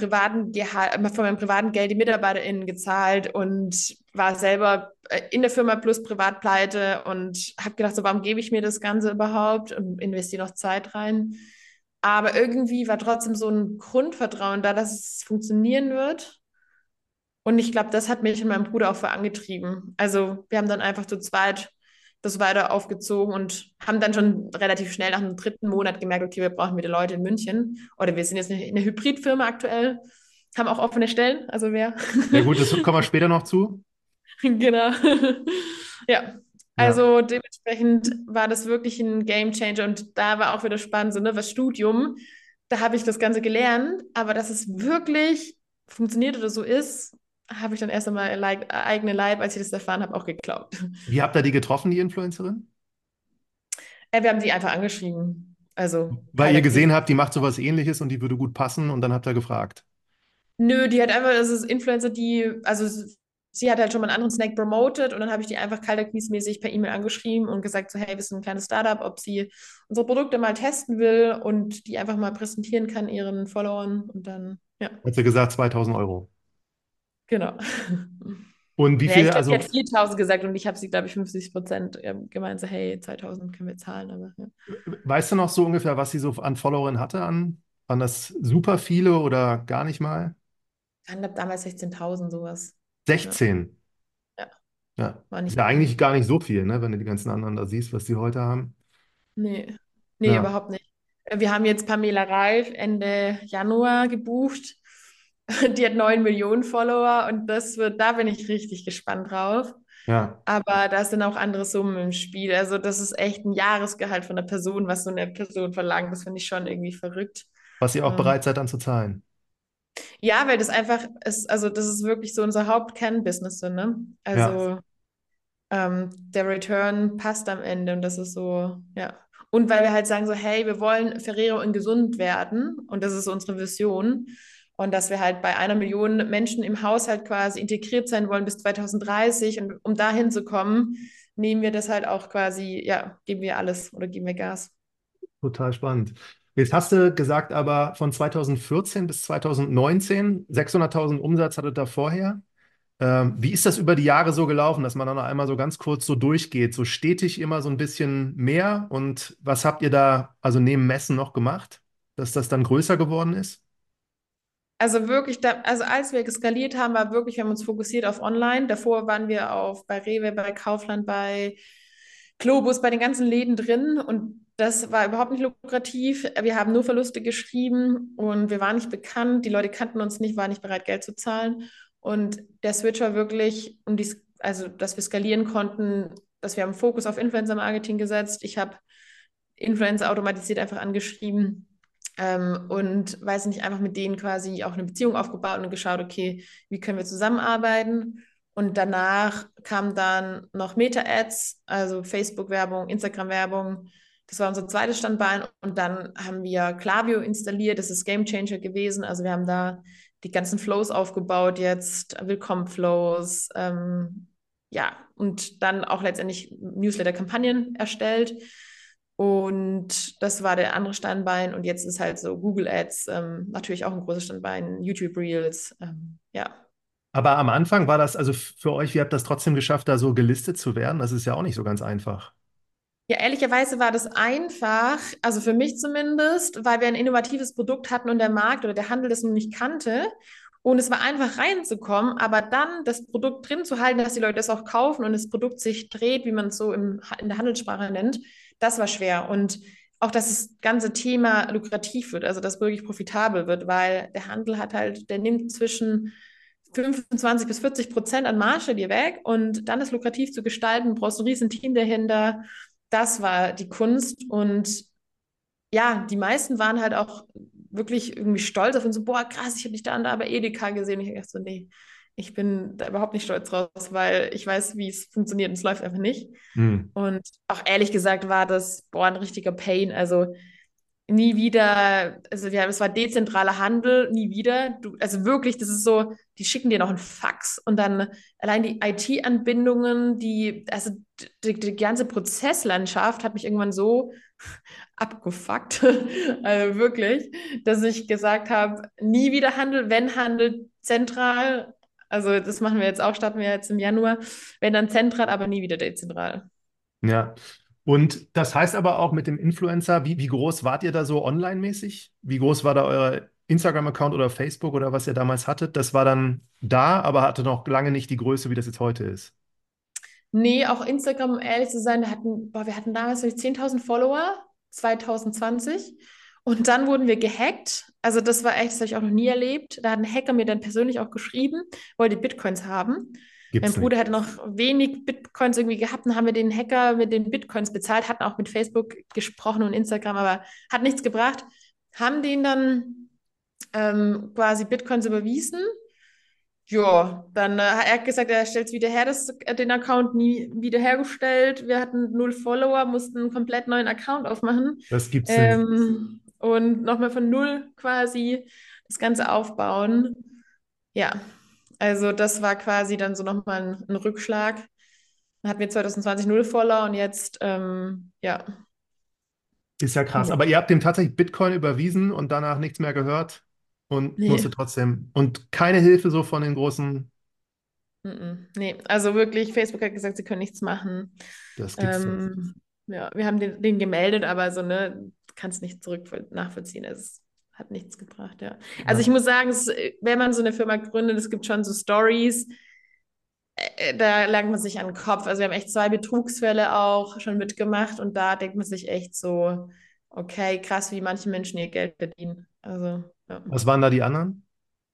von meinem privaten Geld die MitarbeiterInnen gezahlt und war selber in der Firma plus Privatpleite und habe gedacht, so, warum gebe ich mir das Ganze überhaupt und investiere noch Zeit rein? Aber irgendwie war trotzdem so ein Grundvertrauen da, dass es funktionieren wird. Und ich glaube, das hat mich und meinen Bruder auch vorangetrieben. Also wir haben dann einfach zu zweit das weiter aufgezogen und haben dann schon relativ schnell nach dem dritten Monat gemerkt, okay, wir brauchen wieder Leute in München. Oder wir sind jetzt eine Hybridfirma aktuell, haben auch offene Stellen, also wer. Ja gut, das kommen wir später noch zu. Genau. Ja, Ja. also dementsprechend war das wirklich ein Game Changer und da war auch wieder spannend, so, ne, was Studium, da habe ich das Ganze gelernt, aber dass es wirklich funktioniert oder so ist, habe ich dann erst einmal eigene Leib, als ich das erfahren habe, auch geglaubt. Wie habt ihr die getroffen, die Influencerin? Wir haben die einfach angeschrieben. Also Weil ihr kaltakquise. gesehen habt, die macht sowas Ähnliches und die würde gut passen und dann habt ihr gefragt. Nö, die hat einfach, das ist Influencer, sie hat halt schon mal einen anderen Snack promoted und dann habe ich die einfach kaltakquise-mäßig per E-Mail angeschrieben und gesagt so, hey, wir sind ein kleines Startup, ob sie unsere Produkte mal testen will und die einfach mal präsentieren kann ihren Followern und dann, ja, Hat sie gesagt, 2000 €. genau. Und wie Ja, ich viel, glaube, die hat also 4.000 gesagt und ich habe sie, glaube ich, 50% gemeint, so, hey, 2.000 können wir zahlen, aber ja. weißt du noch so ungefähr, was sie so an Followern hatte an? Waren das super viele oder gar nicht mal? Ich glaube, damals 16.000 sowas. Ja. 16. Ja. Ja. War Ist nicht ja viel. eigentlich gar nicht so viel, ne, wenn du die ganzen anderen da siehst, was die heute haben. Nee, nee, Ja, überhaupt nicht. Wir haben jetzt Pamela Reif Ende Januar gebucht. Die hat 9 Millionen Follower und da bin ich richtig gespannt drauf. ja. Aber da sind auch andere Summen im Spiel. Also das ist echt ein Jahresgehalt von der Person, was so eine Person verlangt. Das finde ich schon irgendwie verrückt. Was ihr auch Ähm, bereit seid dann zu zahlen. ja, weil das einfach ist, also das ist wirklich so unser Hauptkernbusiness, so, ne? Ja, Also der Return passt am Ende und das ist so, ja. Und weil wir halt sagen so, hey, wir wollen Ferrero in gesund werden und das ist unsere Vision und dass wir halt bei 1 Million Menschen im Haushalt quasi integriert sein wollen bis 2030 und um dahin zu kommen, nehmen wir das halt auch quasi, ja, geben wir alles oder geben wir Gas. total spannend. Jetzt hast du gesagt, aber von 2014 bis 2019, 600.000 Umsatz hattet ihr vorher. Wie ist das über die Jahre so gelaufen, dass man dann noch einmal so ganz kurz so durchgeht, so stetig immer so ein bisschen mehr? Und was habt ihr da also neben Messen noch gemacht, dass das dann größer geworden ist? Also wirklich, also als wir skaliert haben, war wirklich, wir haben uns fokussiert auf Online. Davor waren wir bei Rewe, bei Kaufland, bei Globus, bei den ganzen Läden drin und das war überhaupt nicht lukrativ. Wir haben nur Verluste geschrieben und wir waren nicht bekannt. Die Leute kannten uns nicht, waren nicht bereit, Geld zu zahlen. Und der Switch war wirklich, also dass wir skalieren konnten, dass wir haben Fokus auf Influencer-Marketing gesetzt. Ich habe Influencer automatisiert einfach angeschrieben und weiß nicht, einfach mit denen quasi auch eine Beziehung aufgebaut und geschaut, okay, wie können wir zusammenarbeiten? Und danach kam dann noch Meta-Ads, also Facebook-Werbung, Instagram-Werbung. Das war unser zweites Standbein. Und dann haben wir Klaviyo installiert. Das ist Game Changer gewesen. Also wir haben da die ganzen Flows aufgebaut jetzt, Willkommen-Flows, ja, und dann auch letztendlich Newsletter-Kampagnen erstellt. Und das war der andere Standbein. Und jetzt ist halt so Google Ads natürlich auch ein großes Standbein, YouTube Reels. Ja. Aber am Anfang war das also für euch, wie habt ihr das trotzdem geschafft, da so gelistet zu werden? Das ist ja auch nicht so ganz einfach. Ja, ehrlicherweise war das einfach, also für mich zumindest, weil wir ein innovatives Produkt hatten und der Markt oder der Handel das noch nicht kannte. Und es war einfach reinzukommen, aber dann das Produkt drin zu halten, dass die Leute es auch kaufen und das Produkt sich dreht, wie man es so in der Handelssprache nennt, das war schwer. Und auch, dass das ganze Thema lukrativ wird, also dass wirklich profitabel wird, weil der Handel hat halt, der nimmt zwischen 25% bis 40% an Marge dir weg und dann das lukrativ zu gestalten, brauchst du ein riesen Team dahinter. Das war die Kunst und ja, die meisten waren halt auch wirklich irgendwie stolz auf uns, so, boah, krass, ich habe dich da und da bei Edeka gesehen. Ich dachte so, nee, ich bin da überhaupt nicht stolz draus, weil ich weiß, wie es funktioniert und es läuft einfach nicht. Hm. Und auch ehrlich gesagt war das, boah, ein richtiger Pain. Also nie wieder, also ja, es war dezentraler Handel, nie wieder. Also wirklich, das ist so, die schicken dir noch einen Fax und dann allein die IT-Anbindungen, also die ganze Prozesslandschaft hat mich irgendwann so abgefuckt, also wirklich, dass ich gesagt habe, nie wieder Handel, wenn Handel zentral. Also das machen wir jetzt auch, starten wir jetzt im Januar, wenn dann zentral, aber nie wieder dezentral. Ja. Und das heißt aber auch mit dem Influencer, wie groß wart ihr da so online-mäßig? Wie groß war da euer Instagram-Account oder Facebook oder was ihr damals hattet? Das war dann da, aber hatte noch lange nicht die Größe, wie das jetzt heute ist. Nee, auch Instagram, um ehrlich zu sein, wir hatten damals vielleicht 10.000 Follower, 2020. Und dann wurden wir gehackt. Also das war echt, das habe ich auch noch nie erlebt. Da hat ein Hacker mir dann persönlich auch geschrieben, wollte Bitcoins haben. Mein Gibt's Bruder nicht. hatte noch wenig Bitcoins irgendwie gehabt, dann haben wir den Hacker mit den Bitcoins bezahlt, hatten auch mit Facebook gesprochen und Instagram, aber hat nichts gebracht. Haben den dann quasi Bitcoins überwiesen. Ja, dann hat er gesagt, er stellt es wieder her, den Account nie wiederhergestellt. Wir hatten 0 Follower, mussten einen komplett neuen Account aufmachen Das gibt's nicht. und nochmal von null quasi das Ganze aufbauen. Ja, also das war quasi dann so nochmal ein Rückschlag. Dann hatten wir 2020 0 Follower und jetzt, ja, Ist ja krass. nee, Aber ihr habt dem tatsächlich Bitcoin überwiesen und danach nichts mehr gehört und nee, musste trotzdem. Und keine Hilfe so von den großen. nee. Also wirklich, Facebook hat gesagt, sie können nichts machen. Das gibt's doch. Ähm, ja, wir haben den gemeldet, aber so, ne, du kannst nicht nachvollziehen. Es hat nichts gebracht, ja. Also ich Ja. muss sagen, wenn man so eine Firma gründet, es gibt schon so Stories, Da langt man sich an den Kopf. Also wir haben echt 2 Betrugsfälle auch schon mitgemacht und da denkt man sich echt so, okay, krass, wie manche Menschen ihr Geld verdienen. Also, ja. Was waren da die anderen?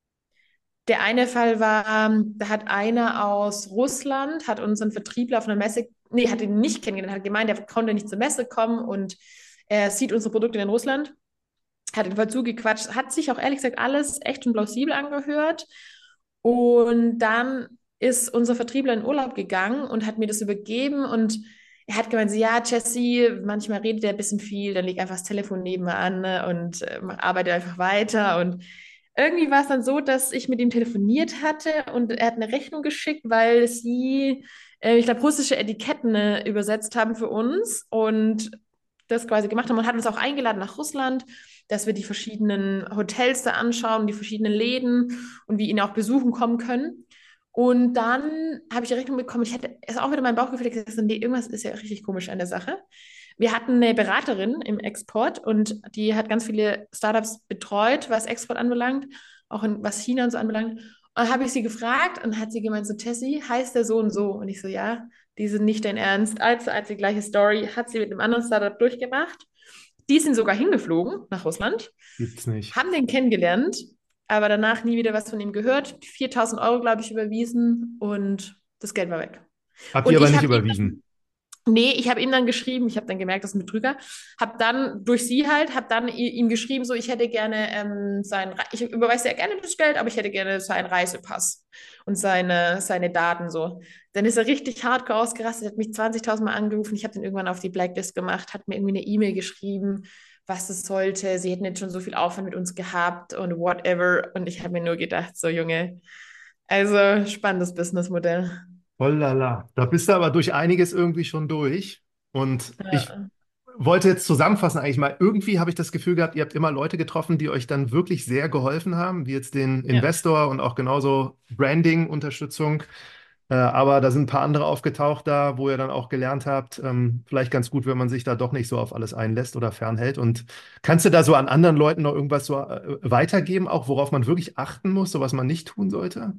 Der eine Fall war, da hat einer aus Russland, hat unseren Vertriebler auf einer Messe, nee, hat ihn nicht kennengelernt, hat gemeint, er konnte nicht zur Messe kommen und er sieht unsere Produkte in Russland, hat ihn voll zugequatscht, hat sich auch ehrlich gesagt alles echt und plausibel angehört. Und dann ist unser Vertriebler in Urlaub gegangen und hat mir das übergeben und er hat gemeint, so, ja, Jesse, manchmal redet er ein bisschen viel, dann leg einfach das Telefon nebenan, ne, und arbeitet einfach weiter. Und irgendwie war es dann so, dass ich mit ihm telefoniert hatte und er hat eine Rechnung geschickt, weil sie, ich glaube, russische Etiketten übersetzt haben für uns und das quasi gemacht haben und hat uns auch eingeladen nach Russland, dass wir die verschiedenen Hotels da anschauen, die verschiedenen Läden und wir ihn auch besuchen kommen können. Und dann habe ich die Rechnung bekommen. Ich hatte es auch wieder mein Bauchgefühl gesagt, nee, irgendwas ist ja richtig komisch an der Sache. Wir hatten eine Beraterin im Export und die hat ganz viele Startups betreut, was Export anbelangt, auch was China und so anbelangt. Und dann habe ich sie gefragt und hat sie gemeint, so Tessie, heißt der so und so? Und ich so, ja, die sind nicht dein Ernst. Als die gleiche Story hat sie mit einem anderen Startup durchgemacht. Die sind sogar hingeflogen nach Russland, Gibt's nicht. haben den kennengelernt, aber danach nie wieder was von ihm gehört. 4.000 Euro, glaube ich, überwiesen und das Geld war weg. Habt ihr Und aber ich nicht habe überwiesen. Nee, ich habe ihm dann geschrieben, ich habe dann gemerkt, das ist ein Betrüger, habe dann durch sie halt, habe dann ihm geschrieben, so, ich hätte gerne ich überweise ja gerne das Geld, aber ich hätte gerne seinen Reisepass und seine Daten so. Dann ist er richtig hardcore ausgerastet, hat mich 20.000 Mal angerufen, ich habe den irgendwann auf die Blacklist gemacht, hat mir irgendwie eine E-Mail geschrieben, was es sollte, sie hätten jetzt schon so viel Aufwand mit uns gehabt und whatever und ich habe mir nur gedacht, so Junge, also spannendes Businessmodell. Oh la la. Da bist du aber durch einiges irgendwie schon durch. Und ich Ja, wollte jetzt zusammenfassen eigentlich mal, irgendwie habe ich das Gefühl gehabt, ihr habt immer Leute getroffen, die euch dann wirklich sehr geholfen haben, wie jetzt den ja. Investor und auch genauso Branding-Unterstützung. Aber da sind ein paar andere aufgetaucht da, wo ihr dann auch gelernt habt, vielleicht ganz gut, wenn man sich da doch nicht so auf alles einlässt oder fernhält. Und kannst du da so an anderen Leuten noch irgendwas so weitergeben, auch worauf man wirklich achten muss, so was man nicht tun sollte?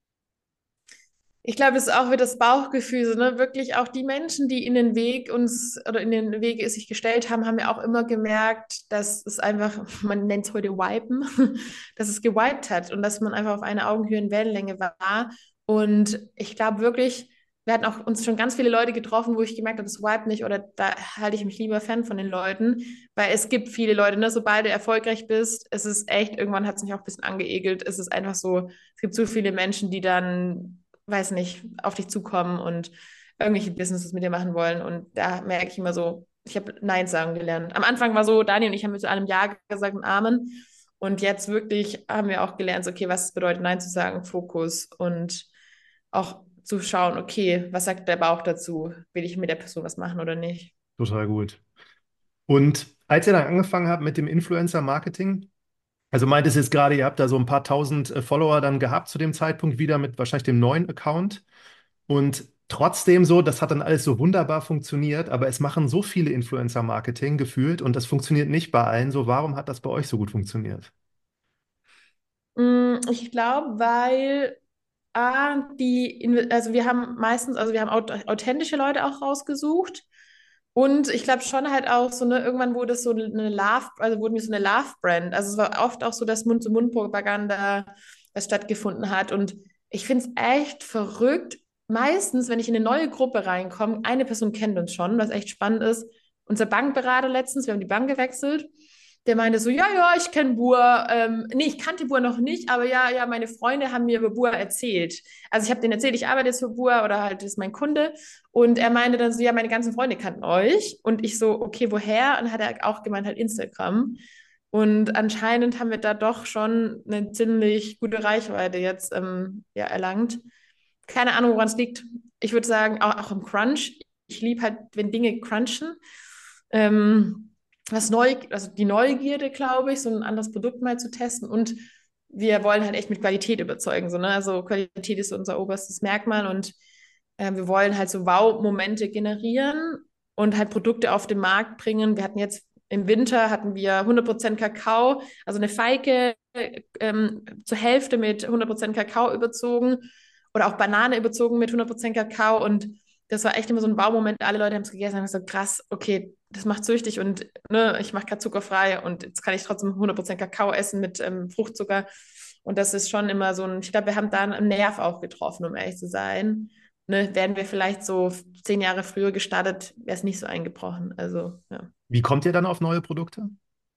Ich glaube, das ist auch wieder das Bauchgefühl, so, ne? Wirklich auch die Menschen, die in den Weg uns oder in den Wege sich gestellt haben, haben ja auch immer gemerkt, dass es einfach, man nennt es heute Wipen, dass es gewiped hat und dass man einfach auf einer Augenhöhe und Wellenlänge war. Und ich glaube wirklich, wir hatten auch uns schon ganz viele Leute getroffen, wo ich gemerkt habe, das wiped nicht oder da halte ich mich lieber fern von den Leuten, weil es gibt viele Leute, ne? Sobald du erfolgreich bist, es ist echt, irgendwann hat es mich auch ein bisschen angeekelt, es ist einfach so, es gibt so viele Menschen, die dann weiß nicht, auf dich zukommen und irgendwelche Businesses mit dir machen wollen. Und da merke ich immer so, ich habe Nein sagen gelernt. Am Anfang war so, Daniel und ich haben mit zu allem Ja gesagt und Amen. Und jetzt wirklich haben wir auch gelernt, so, okay, was es bedeutet, Nein zu sagen, Fokus und auch zu schauen, okay, was sagt der Bauch dazu? Will ich mit der Person was machen oder nicht? Total gut. Und als ihr dann angefangen habt mit dem Influencer-Marketing, also meintest jetzt gerade, ihr habt da so ein paar tausend Follower dann gehabt zu dem Zeitpunkt wieder mit wahrscheinlich dem neuen Account. Und trotzdem so, das hat dann alles so wunderbar funktioniert, aber es machen so viele Influencer-Marketing gefühlt und das funktioniert nicht bei allen. So, warum hat das bei euch so gut funktioniert? Ich glaube, weil also wir haben meistens, also wir haben authentische Leute auch rausgesucht. Und ich glaube schon halt auch so, ne, irgendwann wurde es so eine also wurden wir so eine Love-Brand. Also es war oft auch so, dass Mund-zu-Mund-Propaganda was stattgefunden hat. Und ich finde es echt verrückt. Meistens, wenn ich in eine neue Gruppe reinkomme, eine Person kennt uns schon, was echt spannend ist. Unser Bankberater letztens, wir haben die Bank gewechselt. Der meinte so, ja, ja, ich kenne Bua. Nee, ich kannte Bua noch nicht, aber ja, ja, meine Freunde haben mir über Bua erzählt. Also ich habe denen erzählt, ich arbeite jetzt für Bua oder halt, das ist mein Kunde. Und er meinte dann so, ja, meine ganzen Freunde kannten euch. Und ich so, okay, woher? Und dann hat er auch gemeint, halt Instagram. Und anscheinend haben wir da doch schon eine ziemlich gute Reichweite jetzt ja, erlangt. Keine Ahnung, woran es liegt. Ich würde sagen, auch im Crunch. Ich liebe halt, wenn Dinge crunchen. Ähm, also die Neugierde, glaube ich, so ein anderes Produkt mal zu testen. Und wir wollen halt echt mit Qualität überzeugen. So, ne? Also Qualität ist so unser oberstes Merkmal und wir wollen halt so Wow-Momente generieren und halt Produkte auf den Markt bringen. Wir hatten jetzt im Winter hatten wir 100% Kakao, also eine Feige zur Hälfte mit 100% Kakao überzogen oder auch Banane überzogen mit 100% Kakao und das war echt immer so ein Baumoment. Alle Leute haben es gegessen und haben gesagt, krass, okay, das macht süchtig und ne, ich mache gerade zuckerfrei und jetzt kann ich trotzdem 100% Kakao essen mit Fruchtzucker. Und das ist schon immer so ein, ich glaube, wir haben da einen Nerv auch getroffen, um ehrlich zu sein. Ne, wären wir vielleicht so 10 Jahre früher gestartet, wäre es nicht so eingebrochen. Also, ja. Wie kommt ihr dann auf neue Produkte?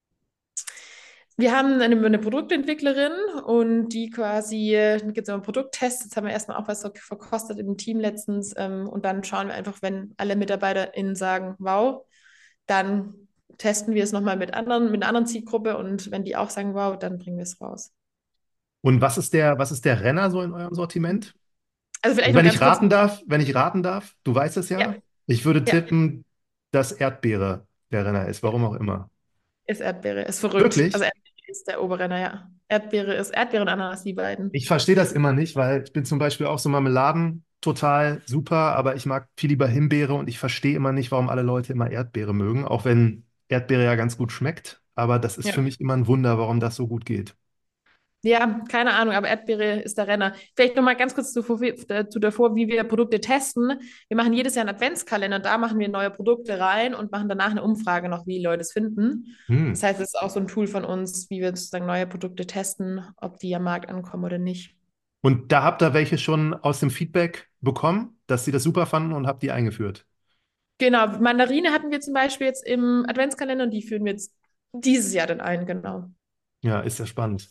Wir haben eine Produktentwicklerin und die quasi, gibt es immer Produkttests. Jetzt haben wir erstmal auch was so verkostet im Team letztens. Und dann schauen wir einfach, wenn alle MitarbeiterInnen sagen, wow, dann testen wir es nochmal mit einer anderen Zielgruppe und wenn die auch sagen, wow, dann bringen wir es raus. Und was ist der Renner so in eurem Sortiment? Also vielleicht Also noch wenn ich ganz kurz, raten darf, du weißt es ja, ja, ich würde ja, tippen, dass Erdbeere der Renner ist, warum auch immer. ist Erdbeere, ist verrückt. Also Wirklich? Erdbeere ist der Oberrenner, ja. Erdbeere und Ananas, die beiden. Ich verstehe das immer nicht, weil ich bin zum Beispiel auch so Marmeladen total super, aber ich mag viel lieber Himbeere und ich verstehe immer nicht, warum alle Leute immer Erdbeere mögen, auch wenn Erdbeere ja ganz gut schmeckt. Aber das ist für Ja. mich immer ein Wunder, warum das so gut geht. Ja, keine Ahnung, aber Erdbeere ist der Renner. Vielleicht noch mal ganz kurz zu davor, wie wir Produkte testen. Wir machen jedes Jahr einen Adventskalender, da machen wir neue Produkte rein und machen danach eine Umfrage noch, wie die Leute es finden. Das Hm. heißt, es ist auch so ein Tool von uns, wie wir sozusagen neue Produkte testen, ob die am Markt ankommen oder nicht. Und da habt ihr welche schon aus dem Feedback bekommen, dass sie das super fanden und habt die eingeführt. Genau, Mandarine hatten wir zum Beispiel jetzt im Adventskalender und die führen wir jetzt dieses Jahr dann ein, genau. Ja, ist ja spannend.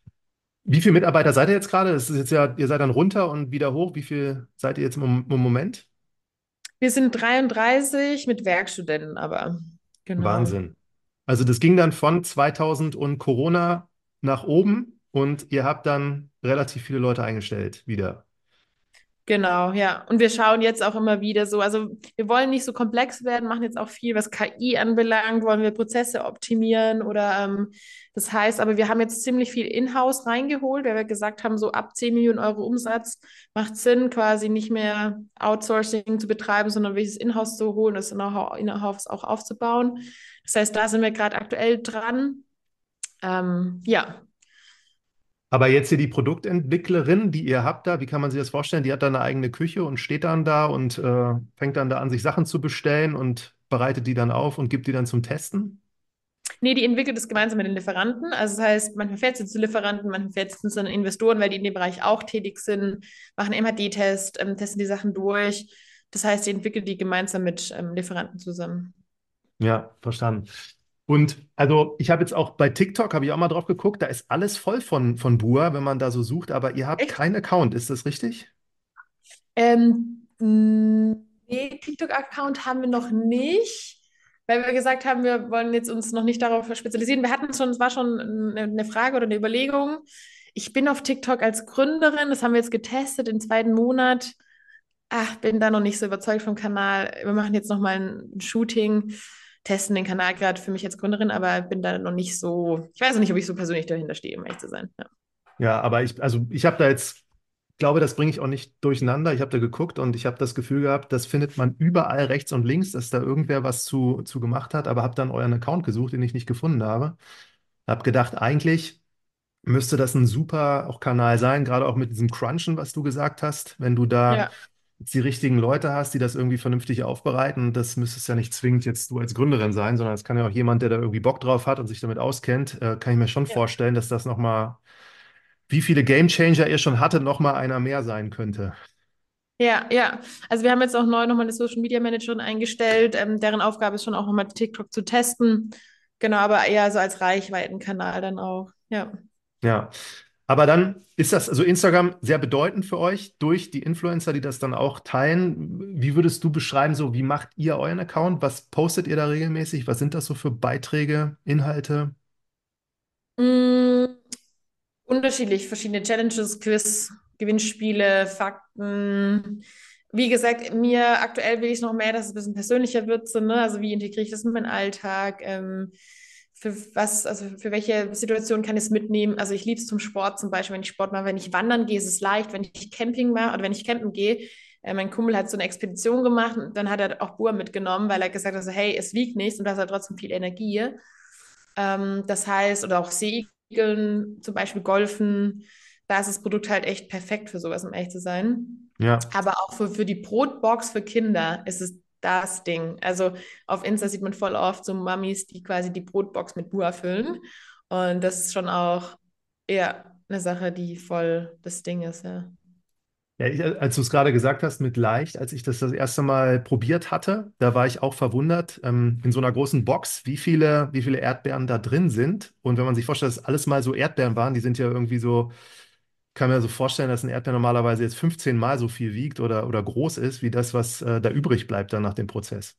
Wie viele Mitarbeiter seid ihr jetzt gerade? Das ist jetzt ja, ihr seid dann runter und wieder hoch. Wie viel seid ihr jetzt im Moment? Wir sind 33 mit Werkstudenten, aber genau. Wahnsinn. Also das ging dann von 2000 und Corona nach oben und ihr habt dann relativ viele Leute eingestellt wieder. Genau, ja. Und wir schauen jetzt auch immer wieder so, also wir wollen nicht so komplex werden, machen jetzt auch viel, was KI anbelangt, wollen wir Prozesse optimieren oder das heißt, aber wir haben jetzt ziemlich viel In-house reingeholt, weil wir gesagt haben, so ab 10 Millionen Euro Umsatz macht Sinn, quasi nicht mehr Outsourcing zu betreiben, sondern wirklich das In-house zu holen, das Know-how in-house auch aufzubauen. Das heißt, da sind wir gerade aktuell dran. Ja. Aber jetzt hier die Produktentwicklerin, die ihr habt da, wie kann man sich das vorstellen? Die hat da eine eigene Küche und steht dann da und fängt dann da an, sich Sachen zu bestellen und bereitet die dann auf und gibt die dann zum Testen? Nee, die entwickelt es gemeinsam mit den Lieferanten. Also das heißt, manchmal fährt sie zu Lieferanten, manchmal fährt sie zu den Investoren, weil die in dem Bereich auch tätig sind, machen MHD-Test, testen die Sachen durch. Das heißt, die entwickelt die gemeinsam mit Lieferanten zusammen. Ja, verstanden. Und also ich habe jetzt auch bei TikTok, habe ich auch mal drauf geguckt, da ist alles voll von Bua, wenn man da so sucht, aber ihr habt Echt? keinen Account, ist das richtig? Nee, TikTok-Account haben wir noch nicht, weil wir gesagt haben, wir wollen jetzt uns noch nicht darauf spezialisieren. Wir hatten schon, es war schon eine Frage oder eine Überlegung. Ich bin auf TikTok als Gründerin, das haben wir jetzt getestet im zweiten Monat. Ach, bin da noch nicht so überzeugt vom Kanal. Wir machen jetzt noch mal ein Shooting, testen den Kanal gerade für mich als Gründerin, aber bin da noch nicht so, ich weiß noch nicht, ob ich so persönlich dahinter stehe, um ehrlich zu sein. Ja. Ja, aber ich habe da jetzt, glaube, das bringe ich auch nicht durcheinander. Ich habe da geguckt und ich habe das Gefühl gehabt, das findet man überall rechts und links, dass da irgendwer was zu gemacht hat, aber habe dann euren Account gesucht, den ich nicht gefunden habe. Habe gedacht, eigentlich müsste das ein super auch Kanal sein, gerade auch mit diesem Crunchen, was du gesagt hast. Wenn du da Ja, jetzt die richtigen Leute hast, die das irgendwie vernünftig aufbereiten, das müsste es ja nicht zwingend jetzt du als Gründerin sein, sondern es kann ja auch jemand, der da irgendwie Bock drauf hat und sich damit auskennt, kann ich mir schon ja. vorstellen, dass das nochmal, wie viele Gamechanger ihr schon hattet, nochmal einer mehr sein könnte. Ja, ja. Also wir haben jetzt auch neu nochmal eine Social Media Managerin eingestellt, deren Aufgabe ist schon auch nochmal TikTok zu testen. Genau, aber eher so als Reichweitenkanal dann auch. Ja. Ja. Aber dann ist das, also Instagram sehr bedeutend für euch durch die Influencer, die das dann auch teilen. Wie würdest du beschreiben, so wie macht ihr euren Account? Was postet ihr da regelmäßig? Was sind das so für Beiträge, Inhalte? Mm, unterschiedlich, verschiedene Challenges, Quiz, Gewinnspiele, Fakten. Wie gesagt, mir aktuell will ich noch mehr, dass es ein bisschen persönlicher wird, so, ne? Also wie integriere ich das in meinen Alltag? Für was, also für welche Situation kann ich es mitnehmen? Also ich liebe es zum Sport zum Beispiel, wenn ich Sport mache, wenn ich wandern gehe, ist es leicht, wenn ich Camping mache oder wenn ich campen gehe. Mein Kumpel hat so eine Expedition gemacht und dann hat er auch Bur mitgenommen, weil er gesagt hat, so, hey, es wiegt nichts und du hast halt trotzdem viel Energie. Das heißt, oder auch Segeln, zum Beispiel Golfen. da ist das Produkt halt echt perfekt für sowas, um ehrlich zu sein. Ja. Aber auch für die Brotbox für Kinder ist es das Ding. Also auf Insta sieht man voll oft so Mamis, die quasi die Brotbox mit Buah füllen. Und das ist schon auch eher eine Sache, die voll das Ding ist, ja. Ja, als du es gerade gesagt hast, mit leicht, als ich das erste Mal probiert hatte, da war ich auch verwundert, in so einer großen Box, wie viele Erdbeeren da drin sind. Und wenn man sich vorstellt, dass alles mal so Erdbeeren waren, die sind ja irgendwie so, kann mir so vorstellen, dass ein Erdbeer normalerweise jetzt 15 Mal so viel wiegt oder groß ist, wie das, was da übrig bleibt dann nach dem Prozess.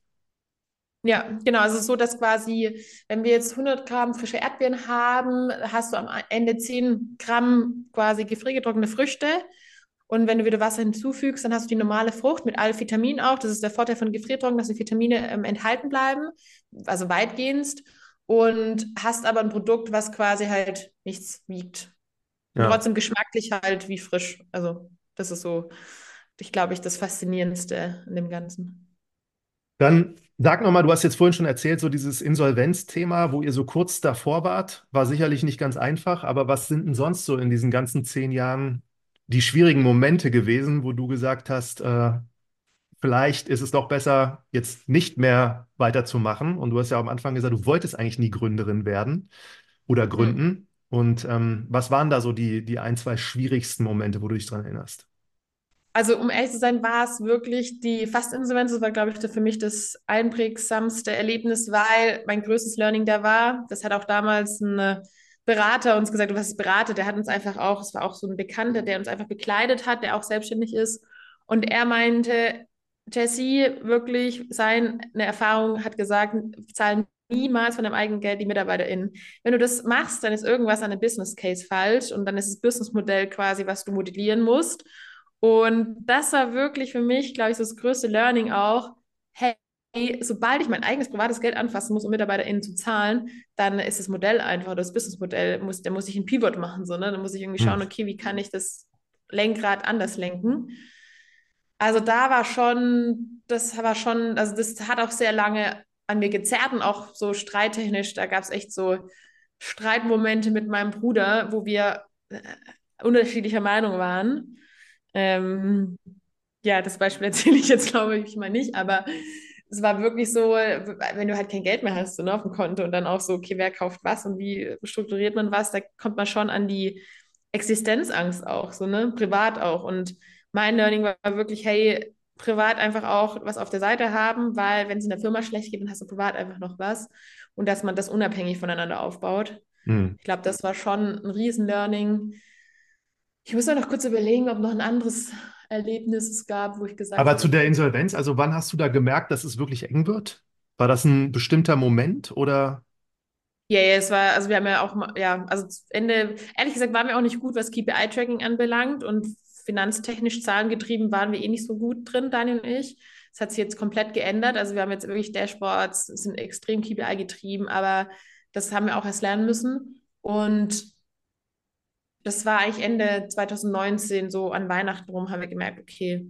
Ja, genau. Also so, dass quasi, wenn wir jetzt 100 Gramm frische Erdbeeren haben, hast du am Ende 10 Gramm quasi gefriergetrocknete Früchte. Und wenn du wieder Wasser hinzufügst, dann hast du die normale Frucht mit all Vitaminen auch. Das ist der Vorteil von Gefriertrocknen, dass die Vitamine enthalten bleiben, also weitgehend. Und hast aber ein Produkt, was quasi halt nichts wiegt. Und Ja. trotzdem geschmacklich halt wie frisch. Also das ist so, ich glaube, das Faszinierendste an dem Ganzen. Dann sag nochmal, du hast jetzt vorhin schon erzählt, so dieses Insolvenzthema, wo ihr so kurz davor wart, war sicherlich nicht ganz einfach, aber was sind denn sonst so in diesen ganzen 10 Jahren die schwierigen Momente gewesen, wo du gesagt hast, vielleicht ist es doch besser, jetzt nicht mehr weiterzumachen? Und du hast ja am Anfang gesagt, du wolltest eigentlich nie Gründerin werden oder Hm. gründen. Und was waren da so die ein, zwei schwierigsten Momente, wo du dich dran erinnerst? Also um ehrlich zu sein, war es wirklich die Fastinsolvenz. Das war, glaube ich, für mich das einprägsamste Erlebnis, weil mein größtes Learning da war. Das hat auch damals ein Berater uns gesagt, was ist Berater? Der hat uns einfach auch, es war auch so ein Bekannter, der uns einfach bekleidet hat, der auch selbstständig ist. Und er meinte, Jessie, wirklich, seine Erfahrung hat gesagt, zahlen niemals von deinem eigenen Geld die MitarbeiterInnen. Wenn du das machst, dann ist irgendwas an dem Business Case falsch und dann ist das Businessmodell quasi, was du modellieren musst. Und das war wirklich für mich, glaube ich, so das größte Learning auch. Hey, sobald ich mein eigenes privates Geld anfassen muss, um MitarbeiterInnen zu zahlen, dann ist das Modell einfach, das Businessmodell, da muss ich einen Pivot machen, so, ne? Da muss ich irgendwie Hm. schauen, okay, wie kann ich das Lenkrad anders lenken? Also da war schon, das war schon, also das hat auch sehr lange an mir gezerrt und auch so streittechnisch, da gab es echt so Streitmomente mit meinem Bruder, wo wir unterschiedlicher Meinung waren. Ähm, ja, das Beispiel erzähle ich jetzt, glaube ich, mal nicht, aber es war wirklich so, wenn du halt kein Geld mehr hast, so, ne, auf dem Konto und dann auch so, okay, wer kauft was und wie strukturiert man was, da kommt man schon an die Existenzangst auch, so, ne, privat auch. Und mein Learning war wirklich, hey, privat einfach auch was auf der Seite haben, weil wenn es in der Firma schlecht geht, dann hast du privat einfach noch was und dass man das unabhängig voneinander aufbaut. Hm. Ich glaube, das war schon ein Riesen-Learning. Ich muss noch kurz überlegen, ob noch ein anderes Erlebnis es gab, wo ich gesagt Aber habe, zu der okay. Insolvenz, also wann hast du da gemerkt, dass es wirklich eng wird? War das ein bestimmter Moment oder? Ja, ja, es war, also wir haben ja auch, ja, also das Ende, ehrlich gesagt, waren wir auch nicht gut, was KPI-Tracking anbelangt und finanztechnisch zahlengetrieben waren wir eh nicht so gut drin, Daniel und ich. Das hat sich jetzt komplett geändert. Also wir haben jetzt wirklich Dashboards, sind extrem KPI getrieben, aber das haben wir auch erst lernen müssen. Und das war eigentlich Ende 2019, so an Weihnachten rum, haben wir gemerkt, okay,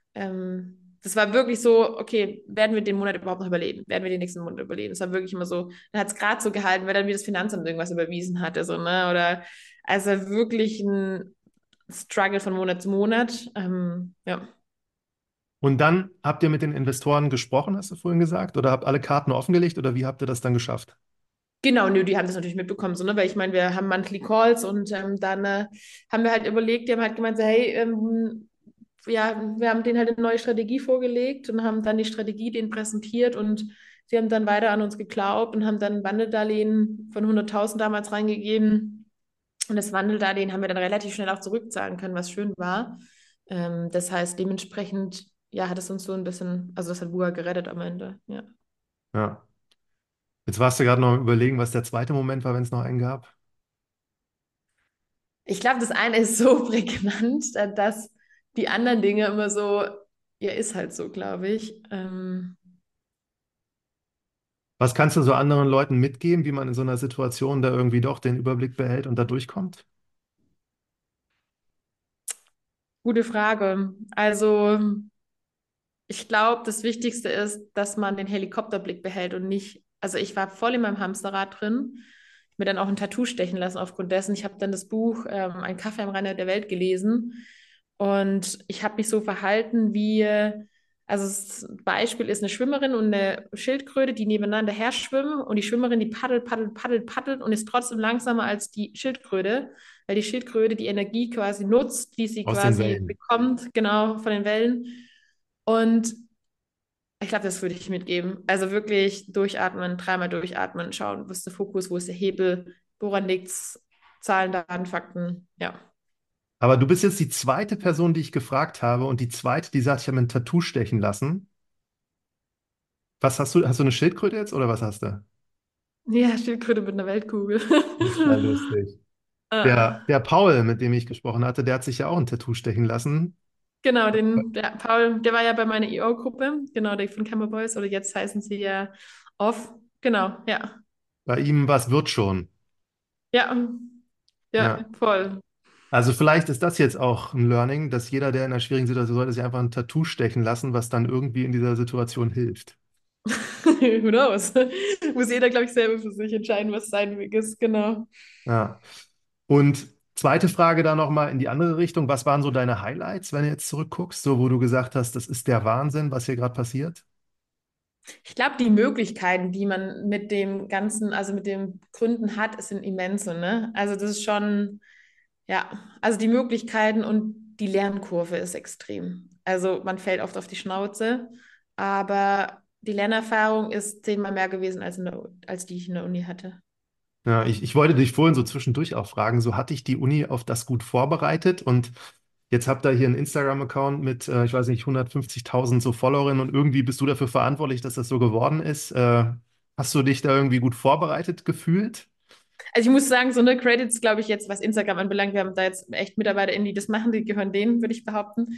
das war wirklich so, okay, werden wir den Monat überhaupt noch überleben? Werden wir den nächsten Monat überleben? Das war wirklich immer so, dann hat es gerade so gehalten, weil dann wie das Finanzamt irgendwas überwiesen hatte, so, ne? Oder also wirklich ein Struggle von Monat zu Monat. Ja. Und dann habt ihr mit den Investoren gesprochen, hast du vorhin gesagt, oder habt alle Karten offengelegt oder wie habt ihr das dann geschafft? Genau, nö, die haben das natürlich mitbekommen, so, ne? Weil ich meine, wir haben Monthly Calls und dann haben wir halt überlegt, die haben halt gemeint, so, hey, ja, wir haben denen halt eine neue Strategie vorgelegt und haben dann die Strategie denen präsentiert und sie haben dann weiter an uns geglaubt und haben dann ein Wandeldarlehen von 100.000 damals reingegeben. Und das Wandeldarlehen haben wir dann relativ schnell auch zurückzahlen können, was schön war. Das heißt, dementsprechend, ja, hat es uns so ein bisschen, also das hat Buga gerettet am Ende, ja. Ja. Jetzt warst du gerade noch am Überlegen, was der zweite Moment war, wenn es noch einen gab. Ich glaube, das eine ist so prägnant, dass die anderen Dinge immer so, ja, ist halt so, glaube ich. Was kannst du so anderen Leuten mitgeben, wie man in so einer Situation da irgendwie doch den Überblick behält und da durchkommt? Gute Frage. Also, ich glaube, das Wichtigste ist, dass man den Helikopterblick behält und nicht, also ich war voll in meinem Hamsterrad drin. mir dann auch ein Tattoo stechen lassen aufgrund dessen. Ich habe dann das Buch Ein Kaffee am Rande der Welt gelesen und ich habe mich so verhalten wie, also das Beispiel ist eine Schwimmerin und eine Schildkröte, die nebeneinander her schwimmen und die Schwimmerin, die paddelt, paddelt, paddelt, paddelt und ist trotzdem langsamer als die Schildkröte, weil die Schildkröte die Energie quasi nutzt, die sie Aus den quasi Wellen. bekommt, genau von den Wellen. Und ich glaube, das würde ich mitgeben. Also wirklich durchatmen, dreimal durchatmen, schauen, wo ist der Fokus, wo ist der Hebel, woran liegt's, Zahlen, Daten, Fakten, ja. Aber du bist jetzt die zweite Person, die ich gefragt habe und die zweite, die sagt, ich habe mir ein Tattoo stechen lassen. Was hast du? Hast du eine Schildkröte jetzt oder was hast du? Ja, Schildkröte mit einer Weltkugel. Das ist ja lustig. Ah, Der Paul, mit dem ich gesprochen hatte, der hat sich ja auch ein Tattoo stechen lassen. genau, der Paul, der war ja bei meiner EO-Gruppe, genau, der von Camera Boys, oder jetzt heißen sie ja Off. Genau, ja. Bei ihm was wird schon. Ja, ja, Ja. voll. Also vielleicht ist das jetzt auch ein Learning, dass jeder, der in einer schwierigen Situation ist, sollte sich einfach ein Tattoo stechen lassen, was dann irgendwie in dieser Situation hilft. Who knows? Muss jeder, glaube ich, selber für sich entscheiden, was sein Weg ist, genau. Ja. Und zweite Frage da nochmal in die andere Richtung. Was waren so deine Highlights, wenn du jetzt zurückguckst, so wo du gesagt hast, das ist der Wahnsinn, was hier gerade passiert? Ich glaube, die Möglichkeiten, die man mit dem Ganzen, also mit dem Gründen hat, sind immense, ne? Also das ist schon, ja, also die Möglichkeiten und die Lernkurve ist extrem. Also man fällt oft auf die Schnauze, aber die Lernerfahrung ist 10-mal mehr gewesen als die ich in der Uni hatte. Ja, ich wollte dich vorhin so zwischendurch auch fragen, so hatte ich die Uni auf das gut vorbereitet und jetzt habt ihr hier einen Instagram-Account mit, ich weiß nicht, 150.000 so Followerinnen und irgendwie bist du dafür verantwortlich, dass das so geworden ist. Hast du dich da irgendwie gut vorbereitet gefühlt? Also ich muss sagen, so eine Credits, glaube ich, jetzt, was Instagram anbelangt, wir haben da jetzt echt MitarbeiterInnen, die das machen, die gehören denen, würde ich behaupten.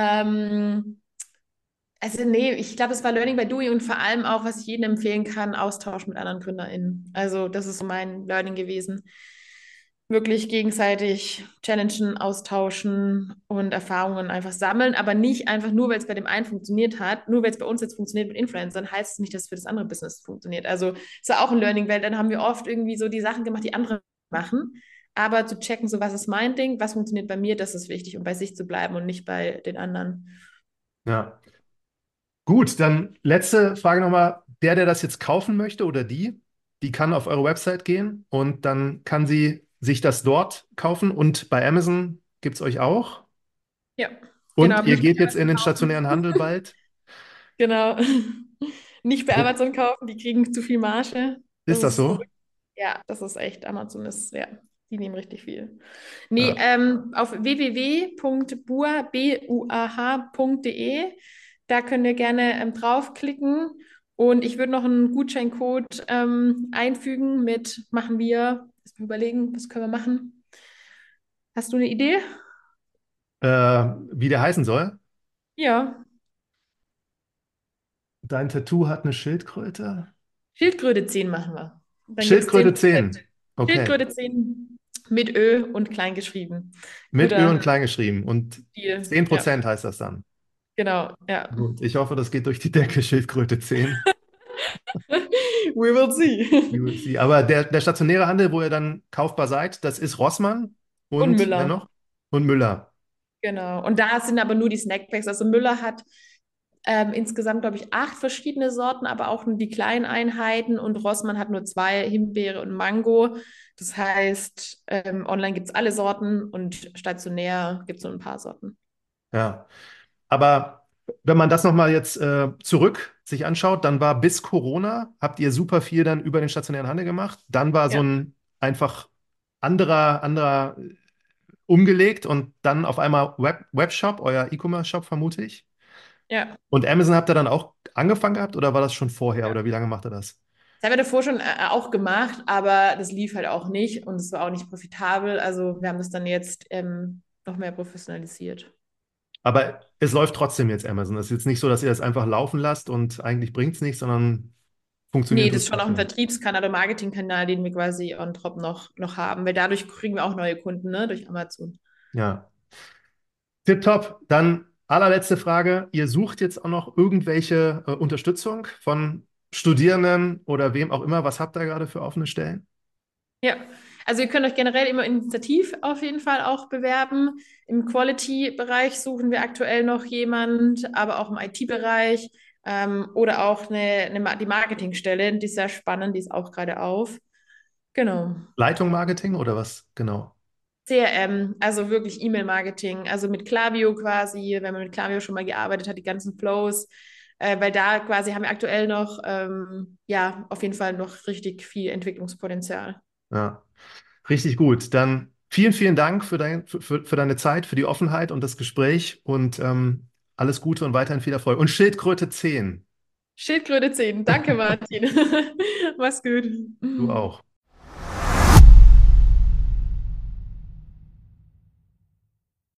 Also nee, ich glaube, es war Learning by Doing und vor allem auch, was ich jedem empfehlen kann, Austausch mit anderen GründerInnen. Also das ist so mein Learning gewesen. Wirklich gegenseitig challengen, austauschen und Erfahrungen einfach sammeln, aber nicht einfach nur, weil es bei dem einen funktioniert hat, nur weil es bei uns jetzt funktioniert mit Influencern, heißt es nicht, dass es für das andere Business funktioniert. Also es war auch ein Learning, weil dann haben wir oft irgendwie so die Sachen gemacht, die andere machen, aber zu checken, so was ist mein Ding, was funktioniert bei mir, das ist wichtig, um bei sich zu bleiben und nicht bei den anderen. Ja. Gut, dann letzte Frage nochmal. Der das jetzt kaufen möchte oder die kann auf eure Website gehen und dann kann sie sich das dort kaufen und bei Amazon gibt es euch auch. Ja, Und genau, ihr nicht bei geht jetzt in Amazon den kaufen. stationären Handel bald. Genau. Nicht bei Wo Amazon kaufen, die kriegen zu viel Marge. Das ist das ist, so? ja, das ist echt, Amazon ist, ja, die nehmen richtig viel. Nee, Ja. auf www.buah.de, da könnt ihr gerne draufklicken und ich würde noch einen Gutscheincode einfügen mit machen wir, lass mal überlegen, was können wir machen? Hast du eine Idee? Wie der heißen soll? Ja, Dein Tattoo hat eine Schildkröte? Schildkröte 10 machen wir. Dann gibt es Schildkröte 10%. 10. Okay. Schildkröte 10 mit Ö und klein geschrieben. Mit Ö Guter und klein geschrieben. Und Deal. Ja, 10% heißt das dann. genau. Ja. Gut. Ich hoffe, das geht durch die Decke, Schildkröte 10. We will see. Aber der stationäre Handel, wo ihr dann kaufbar seid, das ist Rossmann Und und wer Müller. noch? Und Müller. Genau. Und da sind aber nur die Snackpacks. Also Müller hat insgesamt, glaube ich, 8 verschiedene Sorten, aber auch nur die kleinen Einheiten. Und Rossmann hat nur 2, Himbeere und Mango. Das heißt, online gibt es alle Sorten und stationär gibt es nur ein paar Sorten. Ja. Aber wenn man das nochmal jetzt zurück sich anschaut, dann war bis Corona, habt ihr super viel dann über den stationären Handel gemacht. Dann war so Ja, ein einfach anderer umgelegt und dann auf einmal Webshop, euer E-Commerce-Shop, vermute ich. ja. Und Amazon habt ihr dann auch angefangen gehabt oder war das schon vorher oder wie lange macht ihr das? Das haben wir davor schon auch gemacht, aber das lief halt auch nicht und es war auch nicht profitabel. Also wir haben das dann jetzt noch mehr professionalisiert. Aber es läuft trotzdem jetzt Amazon. Es ist jetzt nicht so, dass ihr das einfach laufen lasst und eigentlich bringt es nichts, sondern Nee, funktionieren das tut ist es schon auch ein trotzdem. Vertriebskanal oder Marketingkanal, den wir quasi on top noch haben, weil dadurch kriegen wir auch neue Kunden, ne, durch Amazon. Ja. Tipptopp. Dann allerletzte Frage. Ihr sucht jetzt auch noch irgendwelche Unterstützung von Studierenden oder wem auch immer. Was habt ihr gerade für offene Stellen? Ja, also ihr könnt euch generell immer initiativ auf jeden Fall auch bewerben. Im Quality-Bereich suchen wir aktuell noch jemand, aber auch im IT-Bereich oder auch die Marketingstelle, die ist sehr spannend, die ist auch gerade auf. Genau. Leitung Marketing oder was genau? CRM, also wirklich E-Mail-Marketing, also mit Klaviyo quasi, wenn man mit Klaviyo schon mal gearbeitet hat, die ganzen Flows, weil da quasi haben wir aktuell noch, ja, auf jeden Fall noch richtig viel Entwicklungspotenzial. Ja, richtig gut. Dann vielen Dank für deine Zeit, für die Offenheit und das Gespräch und alles Gute und weiterhin viel Erfolg. Und Schildkröte 10. Schildkröte 10. Danke, Martin. Mach's gut. Du auch.